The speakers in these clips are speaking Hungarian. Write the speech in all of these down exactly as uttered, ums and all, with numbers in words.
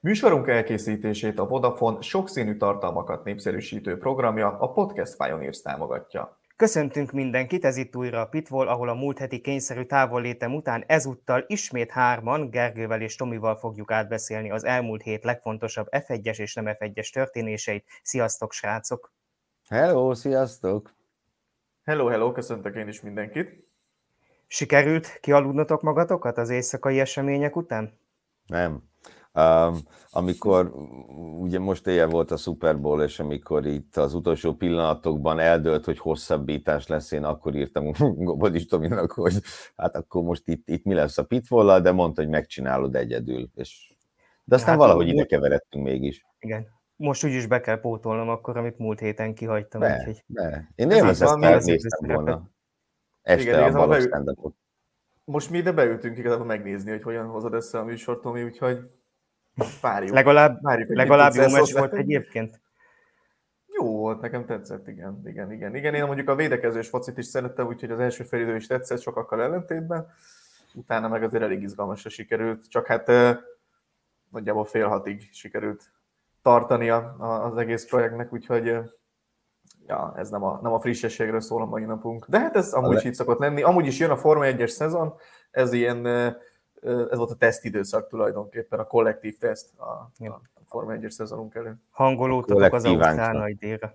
Műsorunk elkészítését a Vodafone sokszínű tartalmakat népszerűsítő programja, a Podcast Pioneers támogatja. Köszöntünk mindenkit, ez itt újra a Pitfall, ahol a múlt heti kényszerű távollétem után ezúttal ismét hárman, Gergővel és Tomival fogjuk átbeszélni az elmúlt hét legfontosabb ef egyes és nem ef egyes történéseit. Sziasztok, srácok! Hello, sziasztok! Hello, hello, köszöntök én is mindenkit! Sikerült kialudnotok magatokat az éjszakai események után? Nem. Um, amikor ugye most éjjel volt a Super Bowl, és amikor itt az utolsó pillanatokban eldőlt, hogy hosszabbítás lesz, én akkor írtam Gobodis Tominak, hogy hát akkor most itt, itt mi lesz a Pitfall-lal, de mondta, hogy megcsinálod egyedül. És... De aztán hát valahogy ide keveredtünk mégis. Igen. Most úgyis be kell pótolnom akkor, amit múlt héten kihagytam. Be, úgyhogy... be. Én élvezettel megnéztem volna. Este igen, a balog stand-upot. Most mi ide beültünk igazából megnézni, hogy hogyan hozod össze a műsort, Tomi, úgyhogy várjuk. Legalább, várjuk, legalább jó meccs volt egyébként? Jó volt, nekem tetszett, igen, igen, igen. Igen, én mondjuk a védekezős focit is szerettem, úgyhogy az első félidő is tetszett sokakkal ellentétben. Utána meg azért elég izgalmasra sikerült, csak hát nagyjából fél hatig sikerült tartania az egész projektnek, úgyhogy ja, ez nem a, nem a frissességről szól a mai napunk. De hát ez amúgy is így szokott lenni. Amúgy is jön a Forma egyes szezon, ez ilyen, ez volt a tesztidőszak tulajdonképpen, a kollektív teszt a, a Forma egyes szezonunk elő. Hangolódtatok az ausztrál nagy délre.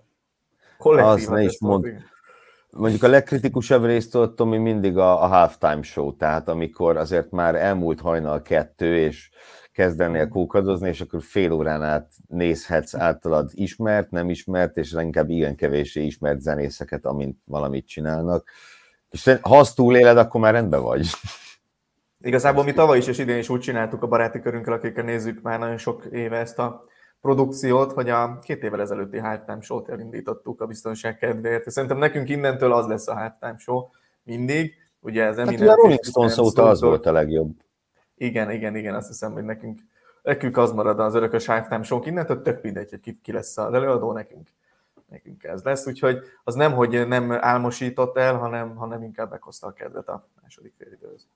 Az ne is mond. Mondjuk a legkritikusabb részt ott, Tomi, mindig a, a halftime show, tehát amikor azért már elmúlt hajnal kettő, és kezdenél kókadozni, és akkor fél órán át nézhetsz általad ismert, nem ismert, és inkább igen kevéssé ismert zenészeket, amint valamit csinálnak. És ha azt túléled, akkor már rendben vagy. Igazából mi tavaly is és idén is úgy csináltuk a baráti körünkkel, akikkel nézzük már nagyon sok éve ezt a produkciót, hogy a két évvel ezelőtti halftime show-t elindítottuk a biztonság kedvéért. Szerintem nekünk innentől az lesz a halftime show mindig. Ugye ez hát a Rolling Stones óta az volt a legjobb. Igen, igen, igen, azt hiszem, hogy nekünk, nekünk az marad az örökös halftime show, innentől tök mindegy, hogy ki, ki lesz az előadó, nekünk, nekünk ez lesz. Úgyhogy az nem, hogy nem álmosított el, hanem, hanem inkább meghozta a kedvet a második félidőhöz.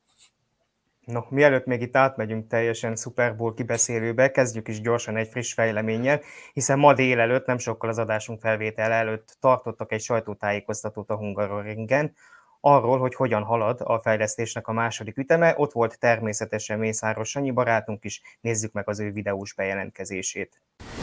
No, mielőtt még itt átmegyünk teljesen Super Bowl kibeszélőbe, kezdjük is gyorsan egy friss fejleménnyel, hiszen ma délelőtt, nem sokkal az adásunk felvétel előtt tartottak egy sajtótájékoztatót a Hungaroringen, arról, hogy hogyan halad a fejlesztésnek a második üteme. Ott volt természetesen Mészáros Sanyi barátunk is, nézzük meg az ő videós bejelentkezését.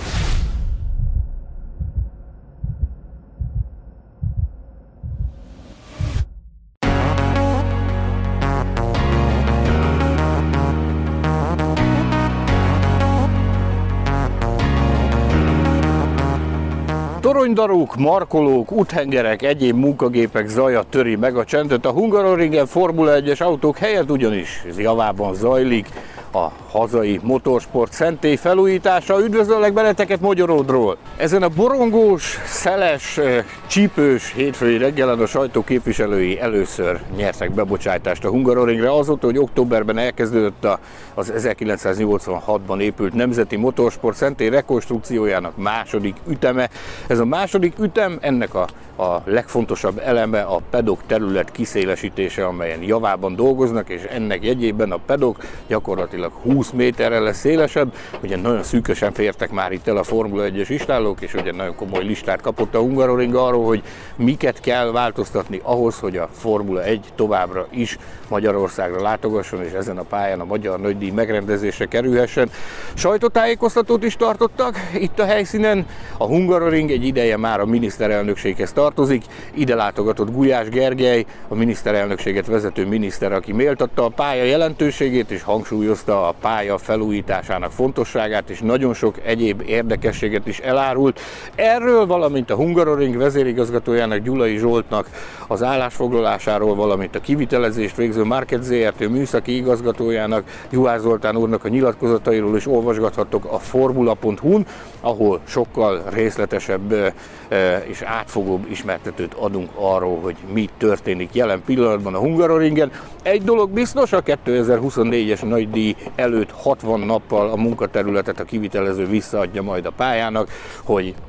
Toronydarúk, markolók, úthengerek, egyéb munkagépek zaja töri meg a csendet a Hungaroringen Formula egyes autók helyett, ugyanis ez javában zajlik a hazai motorsport szentély felújítása. Üdvözöllek benneteket Magyaródról! Ezen a borongós, szeles, csípős hétfői reggelen a sajtó képviselői először nyertek bebocsátást a Hungaroringre, azóta, hogy októberben elkezdődött a, az ezerkilencszáznyolcvanhatban épült Nemzeti Motorsport Szentély rekonstrukciójának második üteme. Ez a második ütem, ennek a, a legfontosabb eleme a pedok terület kiszélesítése, amelyen javában dolgoznak, és ennek jegyében a pedok gyakorlatilag húsz méterre lesz szélesebb. Ugye nagyon szűkösen fértek már itt el a Formula egyes istállók, és ugye nagyon komoly listát kapott a Hungaroring arról, hogy miket kell változtatni ahhoz, hogy a Formula egy továbbra is Magyarországra látogasson, és ezen a pályán a Magyar Nagydíj megrendezésre kerülhessen. Sajtótájékoztatót is tartottak itt a helyszínen. A Hungaroring egy ideje már a miniszterelnökséghez tartozik. Ide látogatott Gulyás Gergely, a miniszterelnökséget vezető miniszter, aki méltatta a pálya jelentőségét, és hangsúlyozta a pálya felújításának fontosságát, és nagyon sok egyéb érdekességet is elárult. Erről, valamint a Hungaroring vezérigazgatójának, Gyulai Zsoltnak az állásfoglalásáról, valamint a kivitelezést végző Market zé er té műszaki igazgatójának, Juhász Zoltán úrnak a nyilatkozatairól is olvasgathatok a formula pont hu-n, ahol sokkal részletesebb és átfogóbb ismertetőt adunk arról, hogy mi történik jelen pillanatban a Hungaroringen. Egy dolog biztos, a kétezer-huszonnégyes nagydíj előtt hatvan nappal a munkaterületet a kivitelező visszaadja majd a pályának, hogy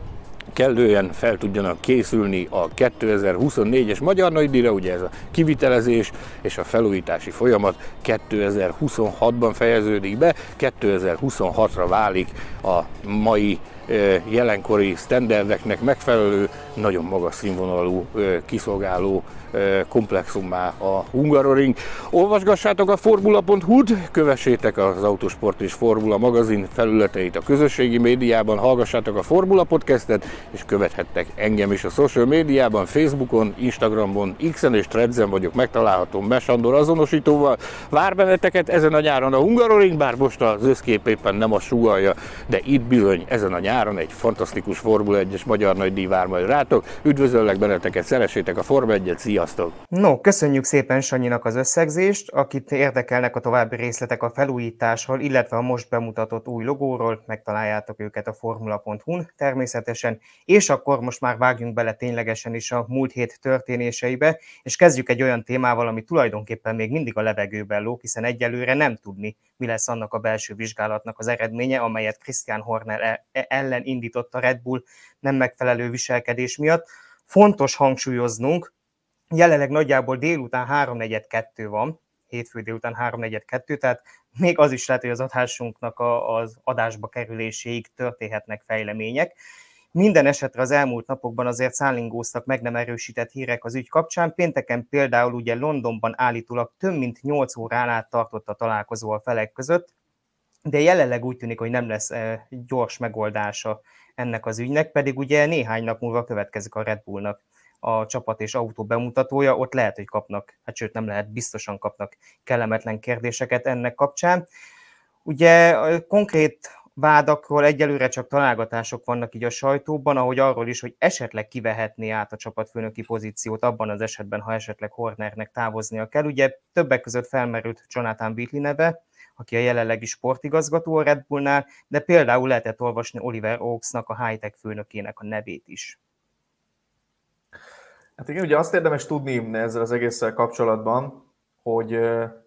kellően fel tudjanak készülni a kétezer-huszonnégyes Magyar Nagydíjra, ugye ez a kivitelezés és a felújítási folyamat kétezer-huszonhatban fejeződik be, kétezer-huszonhatra válik a mai jelenkori sztenderdeknek megfelelő, nagyon magas színvonalú, kiszolgáló komplexummá a Hungaroring. Olvasgassátok a formula pont hu-t, kövessétek az Autosport és Formula magazin felületeit a közösségi médiában, hallgassátok a Formula Podcastet, és követhettek engem is a social médiában, Facebookon, Instagramon, X-en és Threads-en vagyok megtalálható Mesandor azonosítóval. Vár benneteket ezen a nyáron a Hungaroring, bár most az összkép éppen nem a sugalja, de itt bizony ezen a nyáron egy fantasztikus Formula egyes Magyar Nagydíj vár majd rátok. Üdvözöllek benneteket, szeressétek a Forma egyet, sziasztok! No, köszönjük szépen Sanyinak az összegzést, akit érdekelnek a további részletek a felújításról, illetve a most bemutatott új logóról, megtaláljátok őket a formula pont hu-n természetesen, és akkor most már vágjunk bele ténylegesen is a múlt hét történéseibe, és kezdjük egy olyan témával, ami tulajdonképpen még mindig a levegőben lóg, hiszen egyelőre nem tudni, mi lesz annak a belső vizsgálatnak az eredménye, amelyet Christian Horner ellen indított a Red Bull nem megfelelő viselkedés miatt. Fontos hangsúlyoznunk, jelenleg nagyjából délután háromnegyed-kettő van, hétfő délután háromnegyed-kettő, tehát még az is lehet, hogy az adásunknak az adásba kerüléséig történhetnek fejlemények. Minden esetre az elmúlt napokban azért szállingóztak meg nem erősített hírek az ügy kapcsán. Pénteken például ugye Londonban állítólag több mint nyolc órán át tartott a találkozó a felek között, de jelenleg úgy tűnik, hogy nem lesz gyors megoldása ennek az ügynek, pedig ugye néhány nap múlva következik a Red Bullnak a csapat és autó bemutatója, ott lehet, hogy kapnak, hát sőt nem lehet, biztosan kapnak kellemetlen kérdéseket ennek kapcsán. Ugye konkrét vádakról egyelőre csak találgatások vannak így a sajtóban, ahogy arról is, hogy esetleg kivehetné át a csapatfőnöki pozíciót abban az esetben, ha esetleg Hornernek távoznia kell. Ugye többek között felmerült Jonathan Whitley neve, aki a jelenlegi sportigazgató a Red Bullnál, de például lehetett olvasni Oliver Oakesnak, a high-tech főnökének a nevét is. Hát igen, ugye azt érdemes tudni ezzel az egésszel kapcsolatban, hogy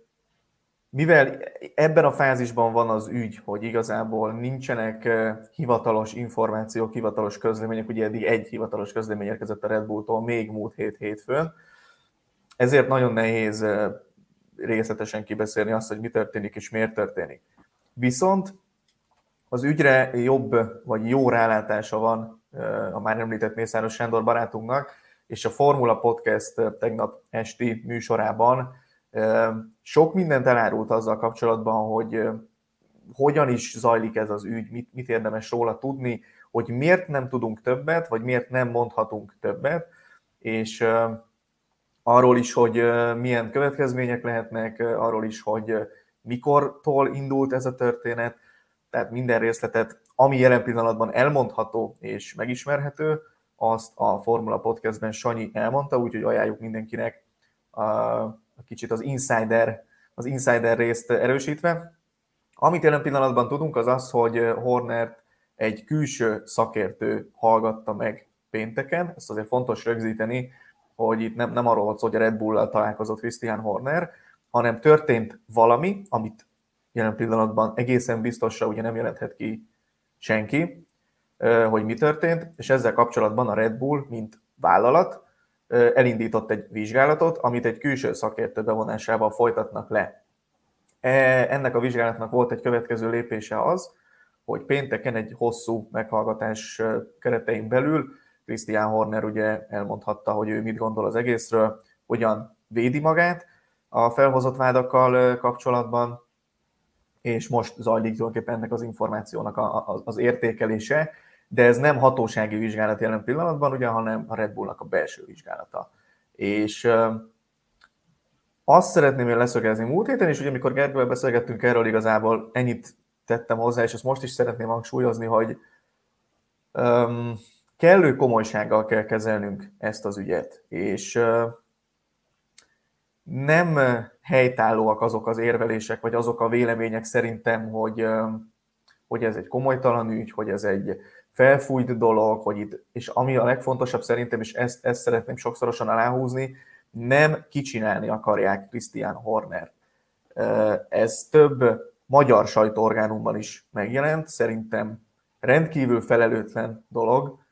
mivel ebben a fázisban van az ügy, hogy igazából nincsenek hivatalos információk, hivatalos közlemények, ugye eddig egy hivatalos közlemény érkezett a Red Bulltól még múlt hét hétfőn, ezért nagyon nehéz részletesen kibeszélni azt, hogy mi történik és miért történik. Viszont az ügyre jobb vagy jó rálátása van a már említett Mészáros Sándor barátunknak, és a Formula Podcast tegnap esti műsorában sok mindent elárult azzal kapcsolatban, hogy hogyan is zajlik ez az ügy, mit, mit érdemes róla tudni, hogy miért nem tudunk többet, vagy miért nem mondhatunk többet, és arról is, hogy milyen következmények lehetnek, arról is, hogy mikortól indult ez a történet, tehát minden részletet, ami jelen pillanatban elmondható és megismerhető, azt a Formula Podcastben Sanyi elmondta, úgyhogy ajánljuk mindenkinek a, a kicsit az insider, az insider részt erősítve. Amit jelen pillanatban tudunk, az az, hogy Hornert egy külső szakértő hallgatta meg pénteken. Ezt azért fontos rögzíteni, hogy itt nem, nem arról volt szó, hogy a Red Bull-lal találkozott Christian Horner, hanem történt valami, amit jelen pillanatban egészen biztosra ugye nem jelenthet ki senki, hogy mi történt, és ezzel kapcsolatban a Red Bull, mint vállalat, elindított egy vizsgálatot, amit egy külső szakértő bevonásával folytatnak le. Ennek a vizsgálatnak volt egy következő lépése az, hogy pénteken egy hosszú meghallgatás keretein belül Christian Horner ugye elmondhatta, hogy ő mit gondol az egészről, hogyan védi magát a felhozott vádakkal kapcsolatban, és most zajlik tulajdonképpen ennek az információnak az értékelése, de ez nem hatósági vizsgálat jelen pillanatban, ugye, hanem a Red Bullnak a belső vizsgálata. És azt szeretném én leszögezni múlt héten, és ugye amikor Gergővel beszélgettünk erről, igazából ennyit tettem hozzá, és ezt most is szeretném hangsúlyozni, hogy um, kellő komolysággal kell kezelnünk ezt az ügyet, és uh, nem helytállóak azok az érvelések, vagy azok a vélemények szerintem, hogy, uh, hogy ez egy komolytalan ügy, hogy ez egy felfújt dolog, hogy itt, és ami a legfontosabb szerintem, és ezt, ezt szeretném sokszorosan aláhúzni, nem kicsinálni akarják Christian Hornert. Ez több magyar sajtóorgánumban is megjelent, szerintem rendkívül felelőtlen dolog,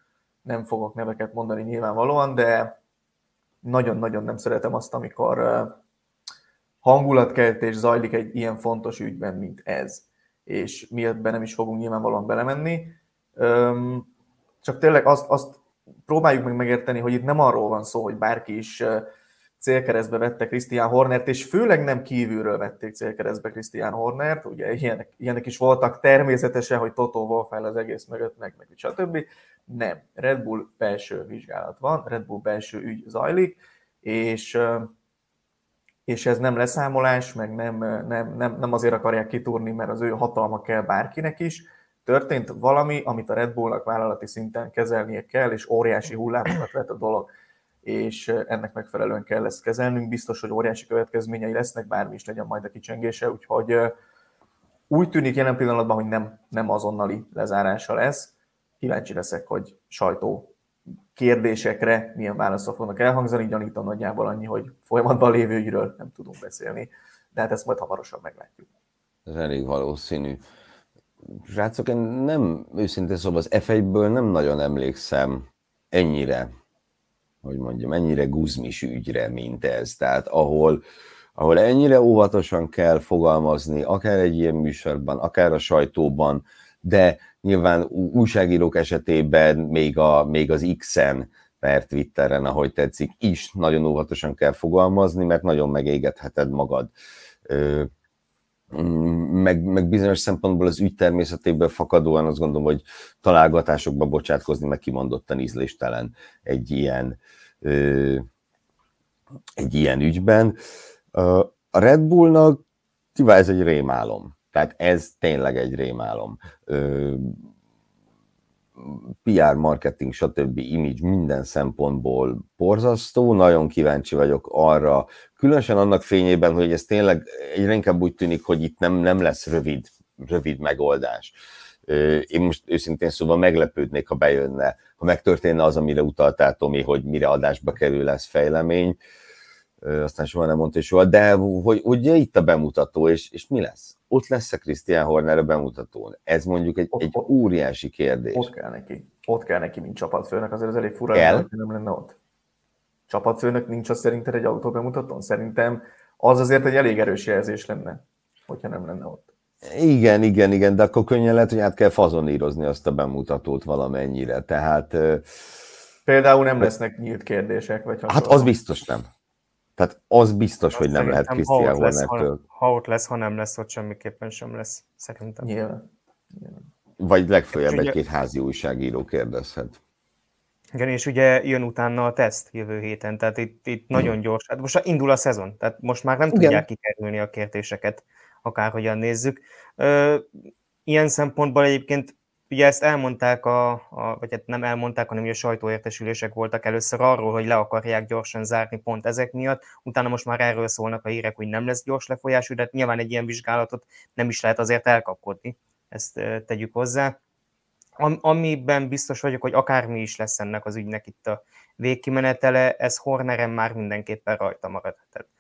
nem fogok neveket mondani nyilvánvalóan, de nagyon-nagyon nem szeretem azt, amikor hangulatkeltés zajlik egy ilyen fontos ügyben, mint ez. És miatt be nem is fogunk nyilvánvalóan belemenni. Csak tényleg azt, azt próbáljuk meg megérteni, hogy itt nem arról van szó, hogy bárki is célkeresztbe vette Christian Hornert, és főleg nem kívülről vették célkeresztbe Christian Hornert, ugye ilyenek, ilyenek is voltak természetesen, hogy Toto Wolff áll az egész mögött, meg, meg stb. Nem. Red Bull belső vizsgálat van, Red Bull belső ügy zajlik, és, és ez nem leszámolás, meg nem, nem, nem, nem azért akarják kitúrni, mert az ő hatalma kell bárkinek is. Történt valami, amit a Red Bullnak vállalati szinten kezelnie kell, és óriási hullámokat vett a dolog, és ennek megfelelően kell ezt kezelnünk. Biztos, hogy óriási következményei lesznek, bármi is legyen majd a kicsengése, úgyhogy úgy tűnik jelen pillanatban, hogy nem, nem azonnali lezárása lesz. Kíváncsi leszek, hogy sajtó kérdésekre milyen válaszok fognak elhangzani, gyanítom nagyjából annyi, hogy folyamatban lévő ügyről nem tudunk beszélni, de hát ezt majd hamarosan meglátjuk. Ez elég valószínű. Srácok, én nem, őszintén szóval az ef egyből nem nagyon emlékszem ennyire, hogy mondjam, ennyire guzmis ügyre, mint ez. Tehát ahol, ahol ennyire óvatosan kell fogalmazni, akár egy ilyen műsorban, akár a sajtóban, de nyilván újságírók esetében még, a, még az X-en, per Twitteren, ahogy tetszik, is nagyon óvatosan kell fogalmazni, mert nagyon megégetheted magad. Meg, meg bizonyos szempontból az ügy természetéből fakadóan azt gondolom, hogy találgatásokba bocsátkozni, meg kimondottan ízléstelen egy ilyen, egy ilyen ügyben. A Red Bullnak ez egy rémálom. Tehát ez tényleg egy rémálom. pé er, marketing, stb. Image minden szempontból borzasztó. Nagyon kíváncsi vagyok arra, különösen annak fényében, hogy ez tényleg egyre inkább úgy tűnik, hogy itt nem, nem lesz rövid, rövid megoldás. Én most őszintén szóval meglepődnék, ha bejönne, ha megtörténne az, amire utaltál, Tomi, hogy mire adásba kerül lesz fejlemény. Aztán soha nem mondta soha, de hogy ugye itt a bemutató, és, és mi lesz? Ott lesz a Christian Horner a bemutatón? Ez mondjuk egy, ott, egy óriási kérdés. Ott kell neki. Ott kell neki, mint csapatfőnök, azért ez elég fura, hogy nem lenne ott. Csapatfőnök nincs az szerinted egy autó bemutatón? Szerintem az azért egy elég erős jelzés lenne, hogyha nem lenne ott. Igen, igen, igen, de akkor könnyen lehet, hogy át kell fazonírozni azt a bemutatót valamennyire. Tehát... Például nem lesznek nyílt kérdések, vagy hát az biztos nem. Tehát az biztos, azt hogy nem lehet Christian Hornertől. Ha, ha ott lesz, ha nem lesz, ott semmiképpen sem lesz, szerintem. Nyilván. Nyilván. Vagy legfeljebb egy-két ugye... házi újságíró kérdezhet. Igen, és ugye jön utána a teszt jövő héten, tehát itt, itt hmm. nagyon gyors. Hát most indul a szezon, tehát most már nem igen. tudják kikerülni a kérdéseket, akárhogyan nézzük. Ö, ilyen szempontból egyébként ugye ezt elmondták, a, a, vagy hát nem elmondták, hanem ugye sajtóértesülések voltak először arról, hogy le akarják gyorsan zárni pont ezek miatt. Utána most már erről szólnak a hírek, hogy nem lesz gyors lefolyású, de nyilván egy ilyen vizsgálatot nem is lehet azért elkapkodni. Ezt tegyük hozzá. Am, amiben biztos vagyok, hogy akármi is lesz ennek az ügynek itt a végkimenetele, ez Horneren már mindenképpen rajta marad. Tehát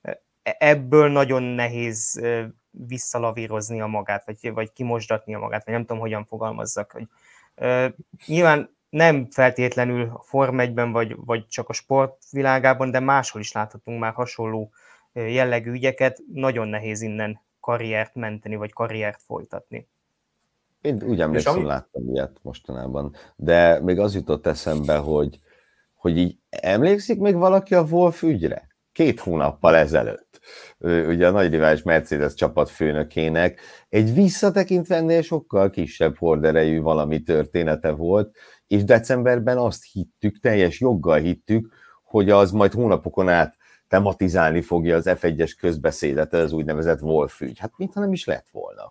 ebből nagyon nehéz visszalavírozni a magát, vagy, vagy kimosdatni a magát, vagy nem tudom, hogyan fogalmazzak. Hogy, uh, nyilván nem feltétlenül a Form egyben, vagy, vagy csak a sportvilágában, de máshol is láthatunk már hasonló jellegű ügyeket. Nagyon nehéz innen karriert menteni, vagy karriert folytatni. Én úgy emlékszem, ami... láttam ilyet mostanában, de még az jutott eszembe, hogy, hogy így emlékszik még valaki a Wolff ügyre? Két hónappal ezelőtt, ugye a nagy rivális Mercedes csapatfőnökének egy visszatekintve ennél sokkal kisebb horderejű valami története volt, és decemberben azt hittük, teljes joggal hittük, hogy az majd hónapokon át tematizálni fogja az ef egyes közbeszédet, az úgynevezett Wolff ügy. Hát mintha nem is lett volna.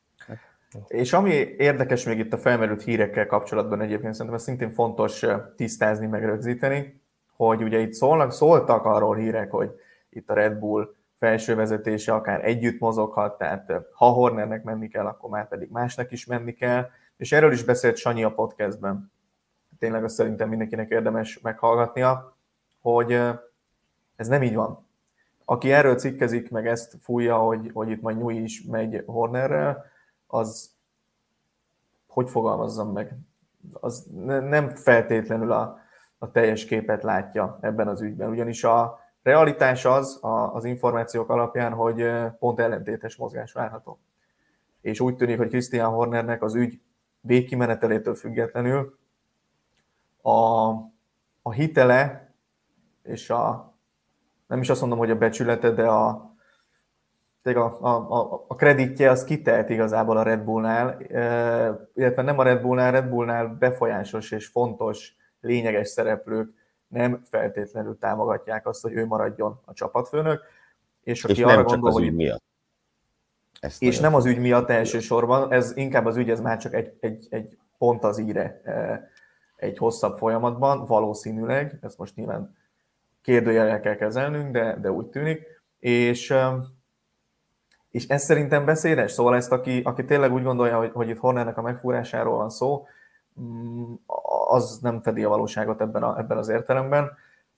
És ami érdekes még itt a felmerült hírekkel kapcsolatban egyébként, szerintem ez szintén fontos tisztázni, megrögzíteni, hogy ugye itt szólnak, szóltak arról hírek, hogy itt a Red Bull felső vezetése akár együtt mozoghat, tehát ha Hornernek menni kell, akkor már pedig másnak is menni kell, és erről is beszélt Sanyi a podcastben. Tényleg azt szerintem mindenkinek érdemes meghallgatnia, hogy ez nem így van. Aki erről cikkezik, meg ezt fújja, hogy, hogy itt majd Nyúj is megy Hornerrel, az hogy fogalmazzam meg? az nem feltétlenül a, a teljes képet látja ebben az ügyben. Ugyanis a realitás az, a, az információk alapján, hogy pont ellentétes mozgás várható. És úgy tűnik, hogy Christian Hornernek az ügy végkimenetelétől függetlenül a, a hitele és a, nem is azt mondom, hogy a becsülete, de a, a, a, a kreditje az kitelt igazából a Red Bullnál, illetve nem a Red Bullnál, Red Bullnál befolyásos és fontos, lényeges szereplők nem feltétlenül támogatják azt, hogy ő maradjon a csapatfőnök. És, aki és arra nem csak gondol, az hogy... ügy miatt. Ezt és nem az ügy miatt elsősorban, ez inkább az ügy, ez már csak egy, egy, egy pont az íre egy hosszabb folyamatban, valószínűleg, ezt most nyilván kérdőjellel kell kezelnünk, de, de úgy tűnik, és, és ez szerintem beszédes, szóval ezt, aki, aki tényleg úgy gondolja, hogy, hogy itt Hornernek a megfúrásáról van szó, az nem fedi a valóságot ebben, a, ebben az értelemben.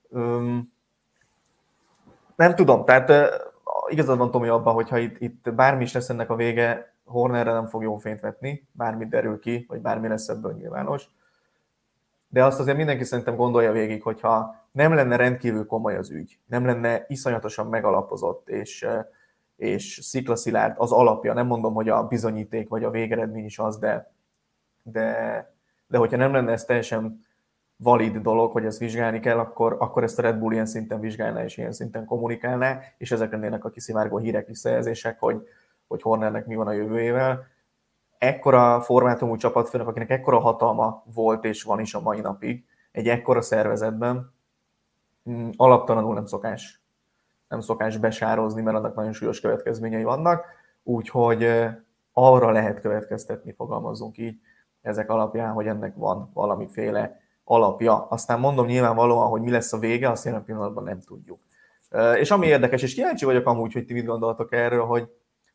Nem tudom, tehát igazad van, Tomi, abban, hogyha itt, itt bármi is lesz ennek a vége, Hornerre nem fog jó fényt vetni, bármit derül ki, vagy bármi lesz ebből nyilvános. De azt azért mindenki szerintem gondolja végig, hogyha nem lenne rendkívül komoly az ügy, nem lenne iszonyatosan megalapozott és, és sziklaszilárd az alapja, nem mondom, hogy a bizonyíték vagy a végeredmény is az, de, de, de hogyha nem lenne ez teljesen valid dolog, hogy ezt vizsgálni kell, akkor, akkor ezt a Red Bull ilyen szinten vizsgálná és ilyen szinten kommunikálná, és ezek lennének a kiszivárgó hírek, visszajelzések, hogy, hogy Hornernek mi van a jövőjével. Ekkora formátumú csapatfőnök, akinek ekkora hatalma volt és van is a mai napig, egy ekkora szervezetben alaptalanul nem szokás, nem szokás besározni, mert annak nagyon súlyos következményei vannak, úgyhogy arra lehet következtetni, fogalmazzunk így, ezek alapján, hogy ennek van valamiféle alapja. Aztán mondom nyilvánvalóan, hogy mi lesz a vége, azt jelen pillanatban nem tudjuk. És ami érdekes, és kíváncsi vagyok amúgy, hogy ti mit gondoltok erről, hogy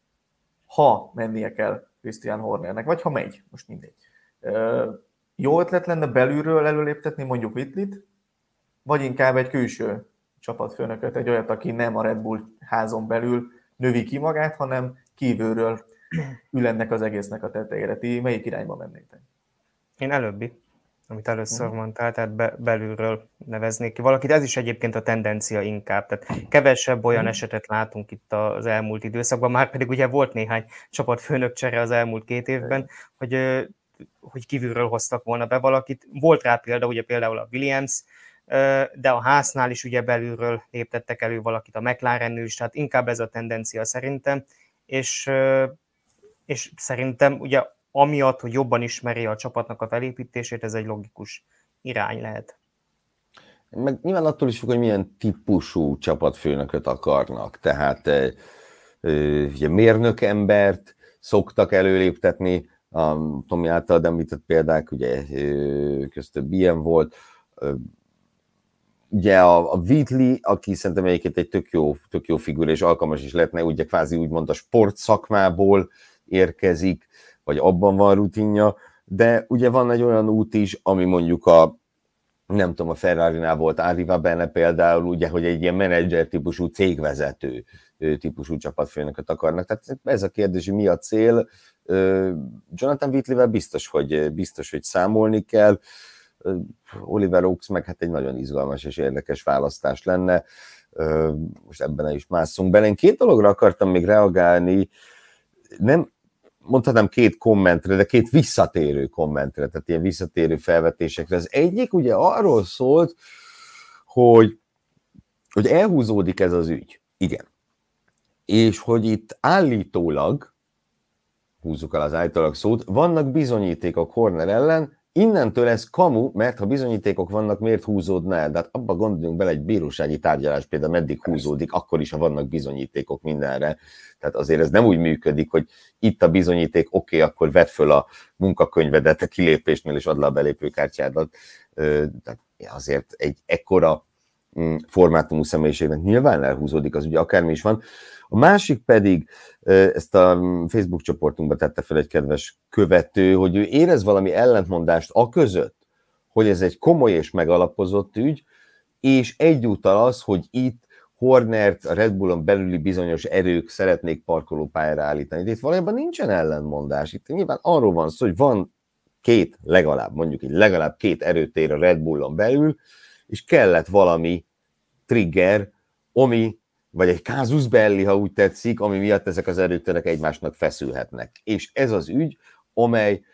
ha mennie kell Christian Hornernek, vagy ha megy, most mindegy. Jó ötlet lenne belülről előléptetni mondjuk Whitley-t, vagy inkább egy külső csapatfőnököt, egy olyat, aki nem a Red Bull házon belül növi ki magát, hanem kívülről ül ennek az egésznek a tetejére. Ti melyik irányba mennétek? Én előbbi, amit először uh-huh. mondtál, tehát be, belülről neveznék ki valakit. Ez is egyébként a tendencia inkább. Tehát kevesebb olyan uh-huh. esetet látunk itt az elmúlt időszakban, már pedig ugye volt néhány csapatfőnök csere az elmúlt két évben, uh-huh. hogy, hogy kívülről hoztak volna be valakit. Volt rá példa, ugye például a Williams, de a háznál is ugye belülről léptettek elő valakit, a McLarennél is, tehát inkább ez a tendencia szerintem, és, és szerintem ugye amiatt, hogy jobban ismeri a csapatnak a felépítését, ez egy logikus irány lehet. Meg nyilván attól is függ, hogy milyen típusú csapatfőnököt akarnak, tehát ugye mérnökembert szoktak előléptetni, a Tomi által említett példák, ugye köztük ilyen volt, ugye a, a Whitley, aki szerintem egyébként egy tök jó, tök jó figura, és alkalmas is lehetne, ugye kvázi úgymond a sportszakmából érkezik, vagy abban van rutinja, de ugye van egy olyan út is, ami mondjuk a, nem tudom, a Ferrari-nál volt Arriva benne például, ugye, hogy egy ilyen menedzser típusú cégvezető típusú csapatfőnököt akarnak. Tehát ez a kérdés, hogy mi a cél. Jonathan Whitley-vel biztos, hogy, biztos, hogy számolni kell. Oliver Oaks meg hát egy nagyon izgalmas és érdekes választás lenne. Most ebben is másszunk bele. Én két dologra akartam még reagálni, nem mondhatnám két kommentre, de két visszatérő kommentre, tehát ilyen visszatérő felvetésekre. Az egyik ugye arról szólt, hogy, hogy elhúzódik ez az ügy. Igen. És hogy itt állítólag, húzzuk el az állítólag szót, vannak bizonyítékok Horner ellen, innentől ez kamu, mert ha bizonyítékok vannak, miért húzódna el? De hát abba gondoljunk bele, egy bírósági tárgyalás például meddig húzódik, akkor is, ha vannak bizonyítékok mindenre. Tehát azért ez nem úgy működik, hogy itt a bizonyíték, oké, okay, akkor vedd föl a munkakönyvedet a kilépésnél, és add le a belépőkártyádat. Tehát azért egy ekkora formátumú személyiségnek nyilván elhúzódik az, ugye akármi is van. A másik pedig, ezt a Facebook csoportunkba tette fel egy kedves követő, hogy ő érez valami ellentmondást a között, hogy ez egy komoly és megalapozott ügy, és egyúttal az, hogy itt Hornert a Red Bullon belüli bizonyos erők szeretnék parkolópályára állítani. De itt valójában nincsen ellentmondás. Itt nyilván arról van szó, hogy van két, legalább, mondjuk így legalább két erőtér a Red Bullon belül, és kellett valami trigger, ami, vagy egy casus belli, ha úgy tetszik, ami miatt ezek az erőterek egymásnak feszülhetnek. És ez az ügy, amelyben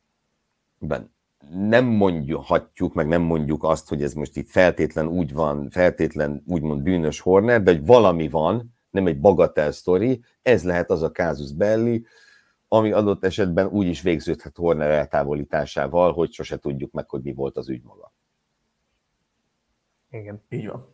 nem mondhatjuk, meg nem mondjuk azt, hogy ez most itt feltétlen úgy van, feltétlen úgymond bűnös Horner, de hogy valami van, nem egy bagatell sztori, ez lehet az a casus belli, ami adott esetben úgy is végződhet Horner eltávolításával, hogy sose tudjuk meg, hogy mi volt az ügy maga. Igen. Így van.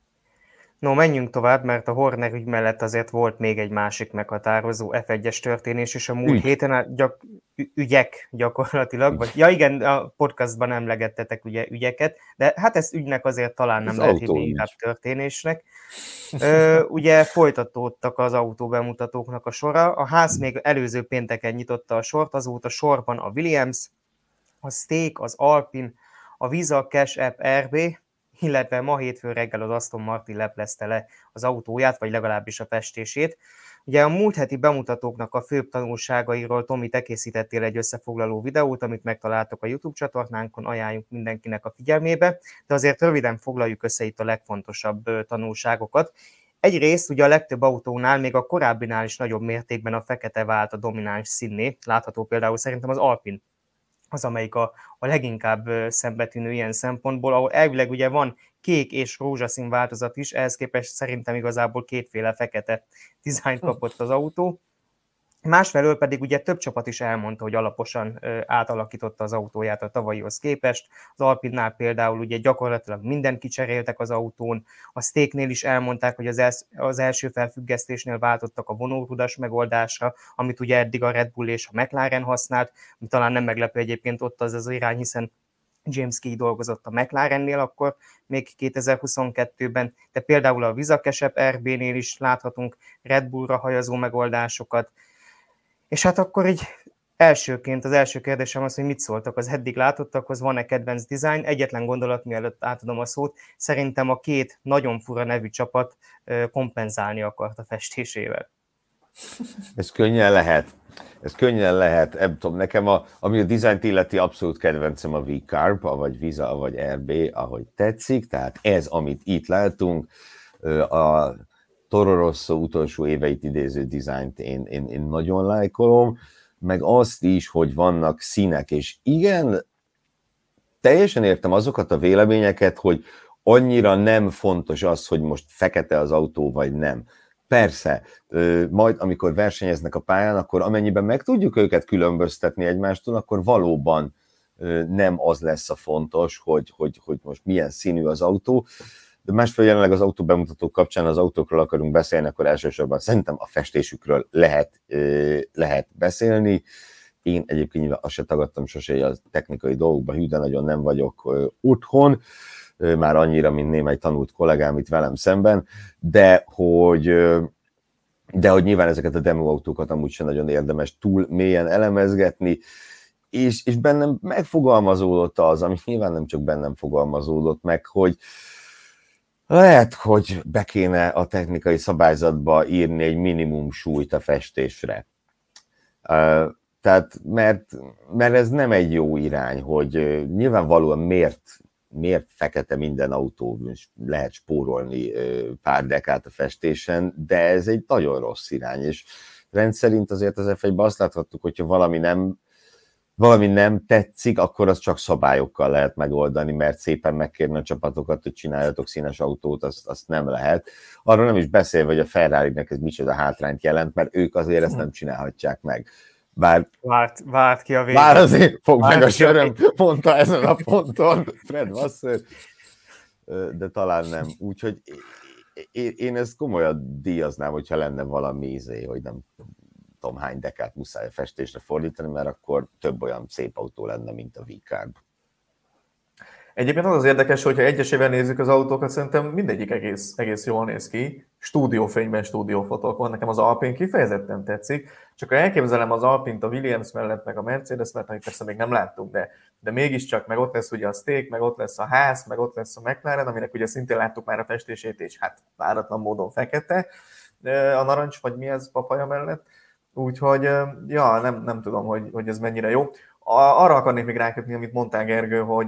No, menjünk tovább, mert a Horner ügy mellett azért volt még egy másik meghatározó ef egyes történés, és a múlt Ügy. héten a gyak, ügyek gyakorlatilag, vagy ja igen, a podcastban emlegettetek ugye ügyeket, de hát ezt ügynek azért talán nem Ez lehet autóügy. hívni, inkább történésnek. Ö, ugye folytatódtak az autóbemutatóknak a sora, a ház még előző pénteken nyitotta a sort, azóta sorban a Williams, a Stake, az Alpine, a Visa Cash App er bé, illetve ma hétfőn reggel az Aston Martin leplezte le az autóját, vagy legalábbis a festését. Ugye a múlt heti bemutatóknak a főbb tanulságairól, Tomi, te készítettél egy összefoglaló videót, amit megtaláltok a YouTube csatornánkon, ajánljuk mindenkinek a figyelmébe, de azért röviden foglaljuk össze itt a legfontosabb tanulságokat. Egyrészt ugye a legtöbb autónál, még a korábbinál is nagyobb mértékben a fekete vált a domináns színné, látható például szerintem az Alpine az, amelyik a, a leginkább szembetűnő ilyen szempontból, ahol elvileg ugye van kék és rózsaszín változat is, ehhez képest szerintem igazából kétféle fekete dizájnt kapott az autó. Másfelől pedig ugye több csapat is elmondta, hogy alaposan ö, átalakította az autóját a tavalyihoz képest. Az Alpinál például ugye gyakorlatilag mindent kicseréltek az autón, a Stake-nél is elmondták, hogy az, els, az első felfüggesztésnél váltottak a vonórudas megoldásra, amit ugye eddig a Red Bull és a McLaren használt, ami talán nem meglepő egyébként ott az az irány, hiszen James Key dolgozott a McLarennél akkor még kétezer-huszonkettőben, de például a Visa Cash App er bé-nél is láthatunk Red Bullra hajazó megoldásokat. És hát akkor így elsőként az első kérdésem az, hogy mit szóltak az eddig látottakhoz, van-e kedvenc dizájn? Egyetlen gondolat, mielőtt átadom a szót, szerintem a két nagyon fura nevű csapat kompenzálni akart a festésével. Ez könnyen lehet. Ez könnyen lehet. Nem tudom, nekem, a, ami a dizájnt illeti, abszolút kedvencem a V-Carb, vagy Visa, vagy er bé, ahogy tetszik. Tehát ez, amit itt látunk, a Toro Rosso utolsó éveit idéző dizájnt én, én, én nagyon lájkolom, meg azt is, hogy vannak színek, és igen, teljesen értem azokat a véleményeket, hogy annyira nem fontos az, hogy most fekete az autó, vagy nem. Persze, majd amikor versenyeznek a pályán, akkor amennyiben meg tudjuk őket különböztetni egymástól, akkor valóban nem az lesz a fontos, hogy, hogy, hogy most milyen színű az autó, de másfél jelenleg az autó bemutatók kapcsán az autókról akarunk beszélni, akkor elsősorban szerintem a festésükről lehet, lehet beszélni. Én egyébként nyilván azt se tagadtam sose a technikai dolgokban, hű, de nagyon nem vagyok otthon, már annyira, mint némely tanult kollégám itt velem szemben, de hogy, de hogy nyilván ezeket a demo autókat amúgy sem nagyon érdemes túl mélyen elemezgetni, és, és bennem megfogalmazódott az, ami nyilván nem csak bennem fogalmazódott meg, hogy lehet, hogy be kéne a technikai szabályzatba írni egy minimum súlyt a festésre. Tehát, mert, mert ez nem egy jó irány, hogy nyilvánvalóan miért, miért fekete minden autó, lehet spórolni pár dekát a festésen, de ez egy nagyon rossz irány, és rendszerint azért az ef egyben azt láthattuk, hogyha valami nem valami nem tetszik, akkor az csak szabályokkal lehet megoldani, mert szépen megkérni a csapatokat, hogy csináljatok színes autót, azt, azt nem lehet. Arról nem is beszélve, hogy a Ferrari-nek ez micsoda hátrányt jelent, mert ők azért ezt nem csinálhatják meg. Bár... Várt, várt ki a végén. Bár azért fog várt meg a söröm, mondta ezen a ponton Fred Vasseur, de talán nem. Úgyhogy én ezt komolyan díjaznám, hogyha lenne valami ízé, hogy nem tudom hány dekát muszáj a festésre fordítani, mert akkor több olyan szép autó lenne, mint a V-Carb. Egyébként az az érdekes, hogyha egyesével nézzük az autókat, szerintem mindegyik egész, egész jól néz ki. Stúdiófényben stúdiófotók van, nekem az Alpine kifejezetten tetszik, csak ha elképzelem az Alpint a Williams mellett, meg a Mercedes, mert amit persze még nem láttuk, de, de mégiscsak, meg ott lesz ugye a Stake, meg ott lesz a Haas, meg ott lesz a McLaren, aminek ugye szintén láttuk már a festését, és hát váratlan módon fekete a narancs, vagy mi ez papaja mellett. Úgyhogy, ja, nem, nem tudom, hogy, hogy ez mennyire jó. arra akarnék még rákötni, amit mondtál, Gergő, hogy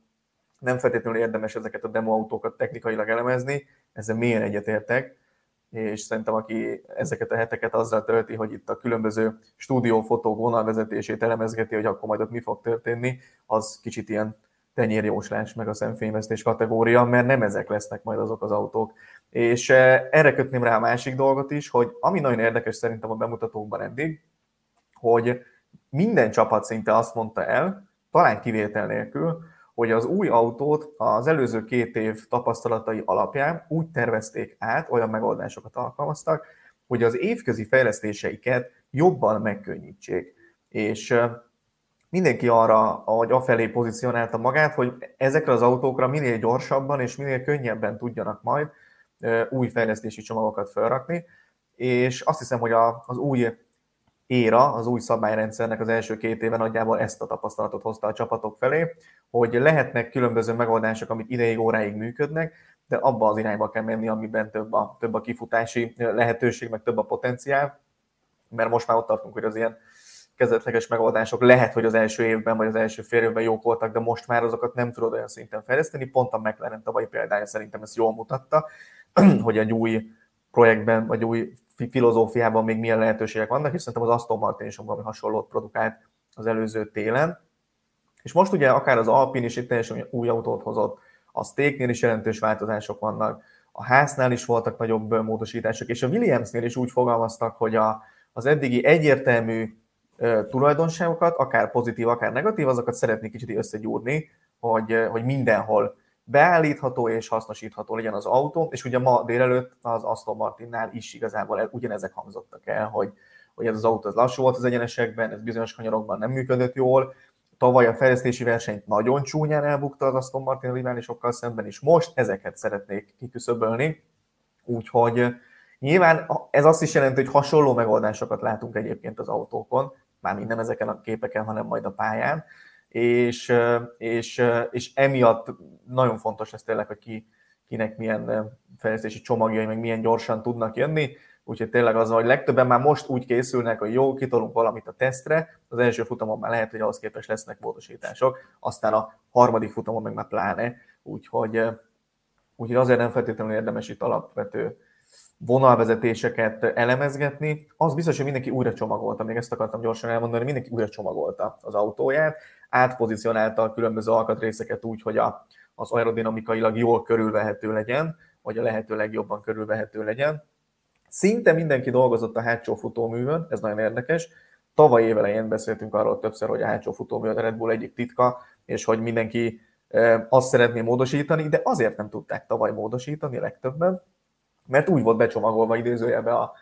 nem feltétlenül érdemes ezeket a demoautókat technikailag elemezni, ezzel mélyen egyetértek, és szerintem aki ezeket a heteket azzal tölti, hogy itt a különböző stúdiófotók vonalvezetését elemezgeti, hogy akkor majd ott mi fog történni, az kicsit ilyen tenyérjóslás meg a szemfényvesztés kategória, mert nem ezek lesznek majd azok az autók. És erre kötném rá a másik dolgot is, hogy ami nagyon érdekes szerintem a bemutatókban eddig, hogy minden csapat szinte azt mondta el, talán kivétel nélkül, hogy az új autót az előző két év tapasztalatai alapján úgy tervezték át, olyan megoldásokat alkalmaztak, hogy az évközi fejlesztéseiket jobban megkönnyítsék. És mindenki arra, hogy afelé pozícionálta magát, hogy ezekre az autókra minél gyorsabban és minél könnyebben tudjanak majd új fejlesztési csomagokat felrakni, és azt hiszem, hogy az új éra, az új szabályrendszernek az első két éven nagyjából ezt a tapasztalatot hozta a csapatok felé, hogy lehetnek különböző megoldások, amik ideig, óráig működnek, de abba az irányba kell menni, amiben több a, több a kifutási lehetőség, meg több a potenciál, mert most már ott tartunk, hogy az ilyen kezdetleges megoldások lehet, hogy az első évben vagy az első fél évben jók voltak, de most már azokat nem tudod olyan szinten fejleszteni. Pont a McLaren tavalyi példája szerintem ezt jól mutatta, hogy egy új projektben, vagy új filozófiában még milyen lehetőségek vannak, és szerintem az Aston Martin is valami hasonlót produkált az előző télen. És most ugye akár az Alpine is itt teljesen új autót hozott, a Steaknél is jelentős változások vannak, a Haasnál is voltak nagyobb módosítások, és a Williamsnél is úgy fogalmaztak, hogy a, az eddigi egyértelmű uh, tulajdonságokat, akár pozitív, akár negatív, azokat szeretnék kicsit összegyúrni, hogy, hogy mindenhol beállítható és hasznosítható legyen az autó, és ugye ma délelőtt az Aston Martinnál is igazából ugyanezek hangzottak el, hogy, hogy ez az autó az lassú volt az egyenesekben, ez bizonyos kanyarokban nem működött jól, tavaly a fejlesztési versenyt nagyon csúnyán elbukta az Aston Martin riválisokkal szemben, és most ezeket szeretnék kiküszöbölni, úgyhogy nyilván ez azt is jelenti, hogy hasonló megoldásokat látunk egyébként az autókon, mármint nem ezeken a képeken, hanem majd a pályán, És, és, és emiatt nagyon fontos ez tényleg, hogy ki, kinek milyen fejlesztési csomagjai, meg milyen gyorsan tudnak jönni, úgyhogy tényleg az, hogy legtöbben már most úgy készülnek, hogy jó, kitolunk valamit a tesztre, az első futamon már lehet, hogy ahhoz képest lesznek módosítások, aztán a harmadik futamon meg már pláne, úgyhogy, úgyhogy azért nem feltétlenül érdemes itt alapvető vonalvezetéseket elemezgetni. Az biztos, hogy mindenki újra csomagolta, még ezt akartam gyorsan elmondani, mindenki újra csomagolta az autóját, átpozicionálta a különböző alkatrészeket úgy, hogy a, az aerodinamikailag jól körülvehető legyen, vagy a lehető legjobban körülvehető legyen. Szinte mindenki dolgozott a hátsó futóművön, ez nagyon érdekes. Tavaly évelején beszéltünk arról többször, hogy a hátsó futómű a Red Bull egyik titka, és hogy mindenki azt szeretné módosítani, de azért nem tudták tavaly módosítani a legtöbben, mert úgy volt becsomagolva idézőjelben a,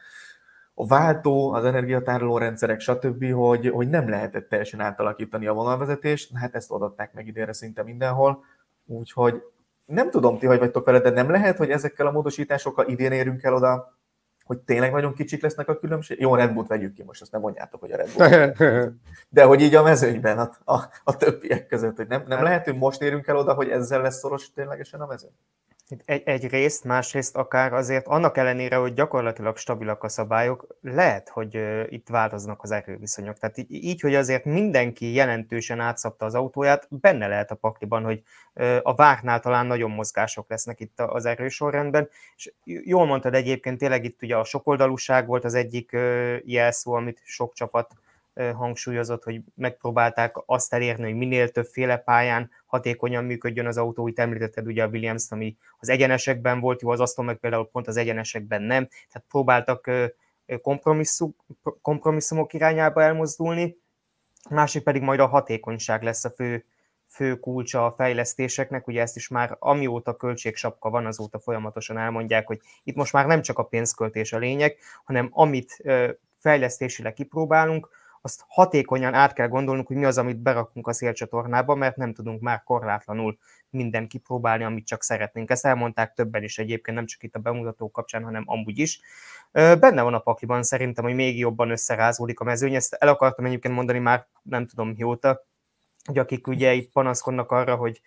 a váltó, az energiatároló rendszerek, stb., hogy, hogy nem lehetett teljesen átalakítani a vonalvezetést, hát ezt oldották meg idénre szinte mindenhol, úgyhogy nem tudom, ti hogy vagytok vele, de nem lehet, hogy ezekkel a módosításokkal idén érünk el oda, hogy tényleg nagyon kicsik lesznek a különbség. Jó, Red Bullt vegyük ki most, azt nem mondjátok, hogy a Red Bull. De hogy így a mezőnyben, a, a, a többiek között, hogy nem, nem lehet, hogy most érünk el oda, hogy ezzel lesz szoros ténylegesen a mezőny? Egy, egyrészt, másrészt akár azért annak ellenére, hogy gyakorlatilag stabilak a szabályok, lehet, hogy uh, itt változnak az erőviszonyok. Tehát így, így, hogy azért mindenki jelentősen átszabta az autóját, benne lehet a pakliban, hogy uh, a vártnál talán nagyon mozgások lesznek itt az erősorrendben. És jól mondtad egyébként, tényleg itt ugye a sokoldalúság volt az egyik uh, jelszó, amit sok csapat hangsúlyozott, hogy megpróbálták azt elérni, hogy minél többféle pályán hatékonyan működjön az autó. Itt említetted ugye a Williams, ami az egyenesekben volt jó, az Aston meg például pont az egyenesekben nem. Tehát próbáltak kompromisszum, kompromisszumok irányába elmozdulni. A másik pedig majd a hatékonyság lesz a fő, fő kulcsa a fejlesztéseknek. Ugye ezt is már amióta költségsapka van, azóta folyamatosan elmondják, hogy itt most már nem csak a pénzköltés a lényeg, hanem amit fejlesztésileg kipróbálunk, azt hatékonyan át kell gondolnunk, hogy mi az, amit berakunk a szélcsatornába, mert nem tudunk már korlátlanul minden kipróbálni, amit csak szeretnénk. Ezt elmondták többen is egyébként, nem csak itt a bemutató kapcsán, hanem amúgy is. Benne van a pakliban szerintem, hogy még jobban összerázódik a mezőny. Ezt el akartam egyébként mondani már nem tudom mióta, hogy akik ugye itt panaszkodnak arra, hogy,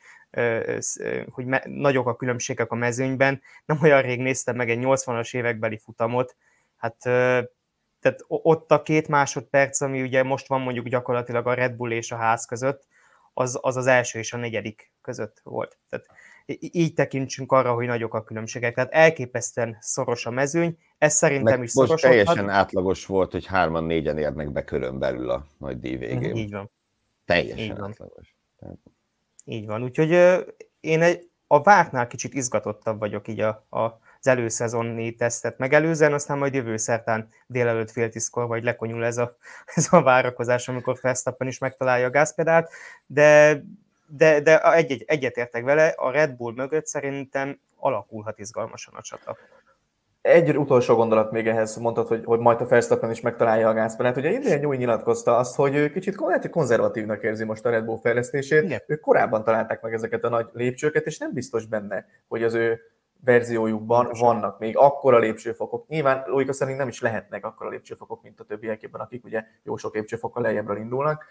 hogy nagyok a különbségek a mezőnyben. Nem olyan rég néztem meg egy nyolcvanas évekbeli futamot, hát tehát ott a két másodperc, ami ugye most van mondjuk gyakorlatilag a Red Bull és a ház között, az az, az első és a negyedik között volt. Tehát így tekintsünk arra, hogy nagyok a különbségek. Tehát elképesztően szoros a mezőny, ez szerintem meg is most szorosodhat. teljesen átlagos volt, hogy hárman, négyen érnek be körön belül a nagy díj végén. Így van. Teljesen így van. átlagos. Tehát... Így van, úgyhogy én egy, a vártnál kicsit izgatottabb vagyok így a, a, az előszezoni tesztet megelőzően, aztán majd jövő szerdán délelőtt fél tízkor vagy lekonyul ez a, ez a várakozás, amikor Verstappen is megtalálja a gázpedált, de, de, de egy, egy, egyetértek vele, a Red Bull mögött szerintem alakulhat izgalmasan a csata. Egy utolsó gondolat még ehhez, mondtad, hogy, hogy majd a Verstappen is megtalálja a gázpedált. Ugye Adrian Newey nyilatkozta azt, hogy ő kicsit lehet, hogy konzervatívnak érzi most a Red Bull fejlesztését. Igen. Ők korábban találták meg ezeket a nagy lépcsőket, és nem biztos benne, hogy az ő verziójukban Most vannak még akkora lépcsőfokok. Nyilván logika szerint nem is lehetnek akkora lépcsőfokok, mint a többiekében, akik ugye jó sok lépcsőfokkal lejjebbről indulnak.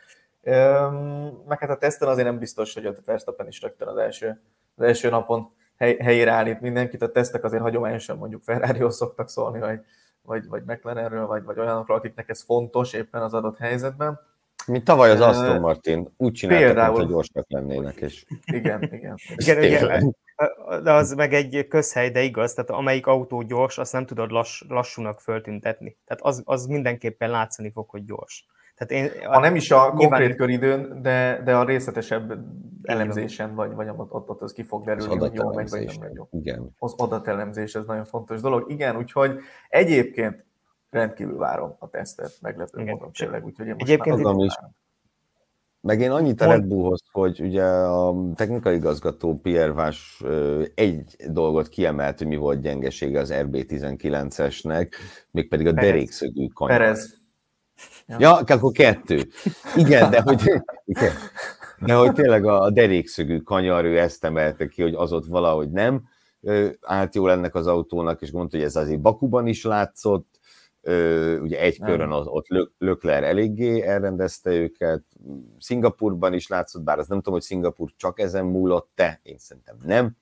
Meg hát a teszten azért nem biztos, hogy a Verstappen is rögtön az első, az első napon hely, helyére állít mindenkit. A tesztek azért hagyományosan mondjuk Ferrarihoz szoktak szólni, vagy, vagy, vagy McLarenről, vagy, vagy olyanokról, akiknek ez fontos éppen az adott helyzetben. Mint tavaly az Aston Martin, úgy csináltak, Például, mint a gyorsak lennének. És... Igen, igen. igen ugye, de az meg egy közhely, de igaz, tehát amelyik autó gyors, azt nem tudod lass, lassúnak föltüntetni. Tehát az, az mindenképpen látszani fog, hogy gyors. Tehát én, ha nem is a konkrét nyilván... köridőn, de, de a részletesebb elemzésen, vagy, vagy ott, ott az ki fog derülni, hogy jó megy, vagy nem megy jó. Igen. Az adatelemzés, ez nagyon fontos dolog. Igen, úgyhogy egyébként rendkívül várom a tesztet, meglepő igen. módon tényleg, úgyhogy én most egyébként már is. Meg én annyit a Red Bullhoz, hogy ugye a technikai igazgató Pierre Vache egy dolgot kiemelt, hogy mi volt gyengesége az er bé tizenkilencesnek, mégpedig a derékszögű kanyar. Perez. Ja, ja, akkor kettő. Igen, de hogy, igen, de hogy tényleg a derékszögű kanyar, ő ezt emelte ki, hogy az ott valahogy nem állt jól ennek az autónak, és mondta, hogy ez azért Bakuban is látszott, ugye egy nem. körön az, ott Leclerc eléggé elrendezte őket, Szingapurban is látszott, bár az nem tudom, hogy Szingapur csak ezen múlott-e, én szerintem nem.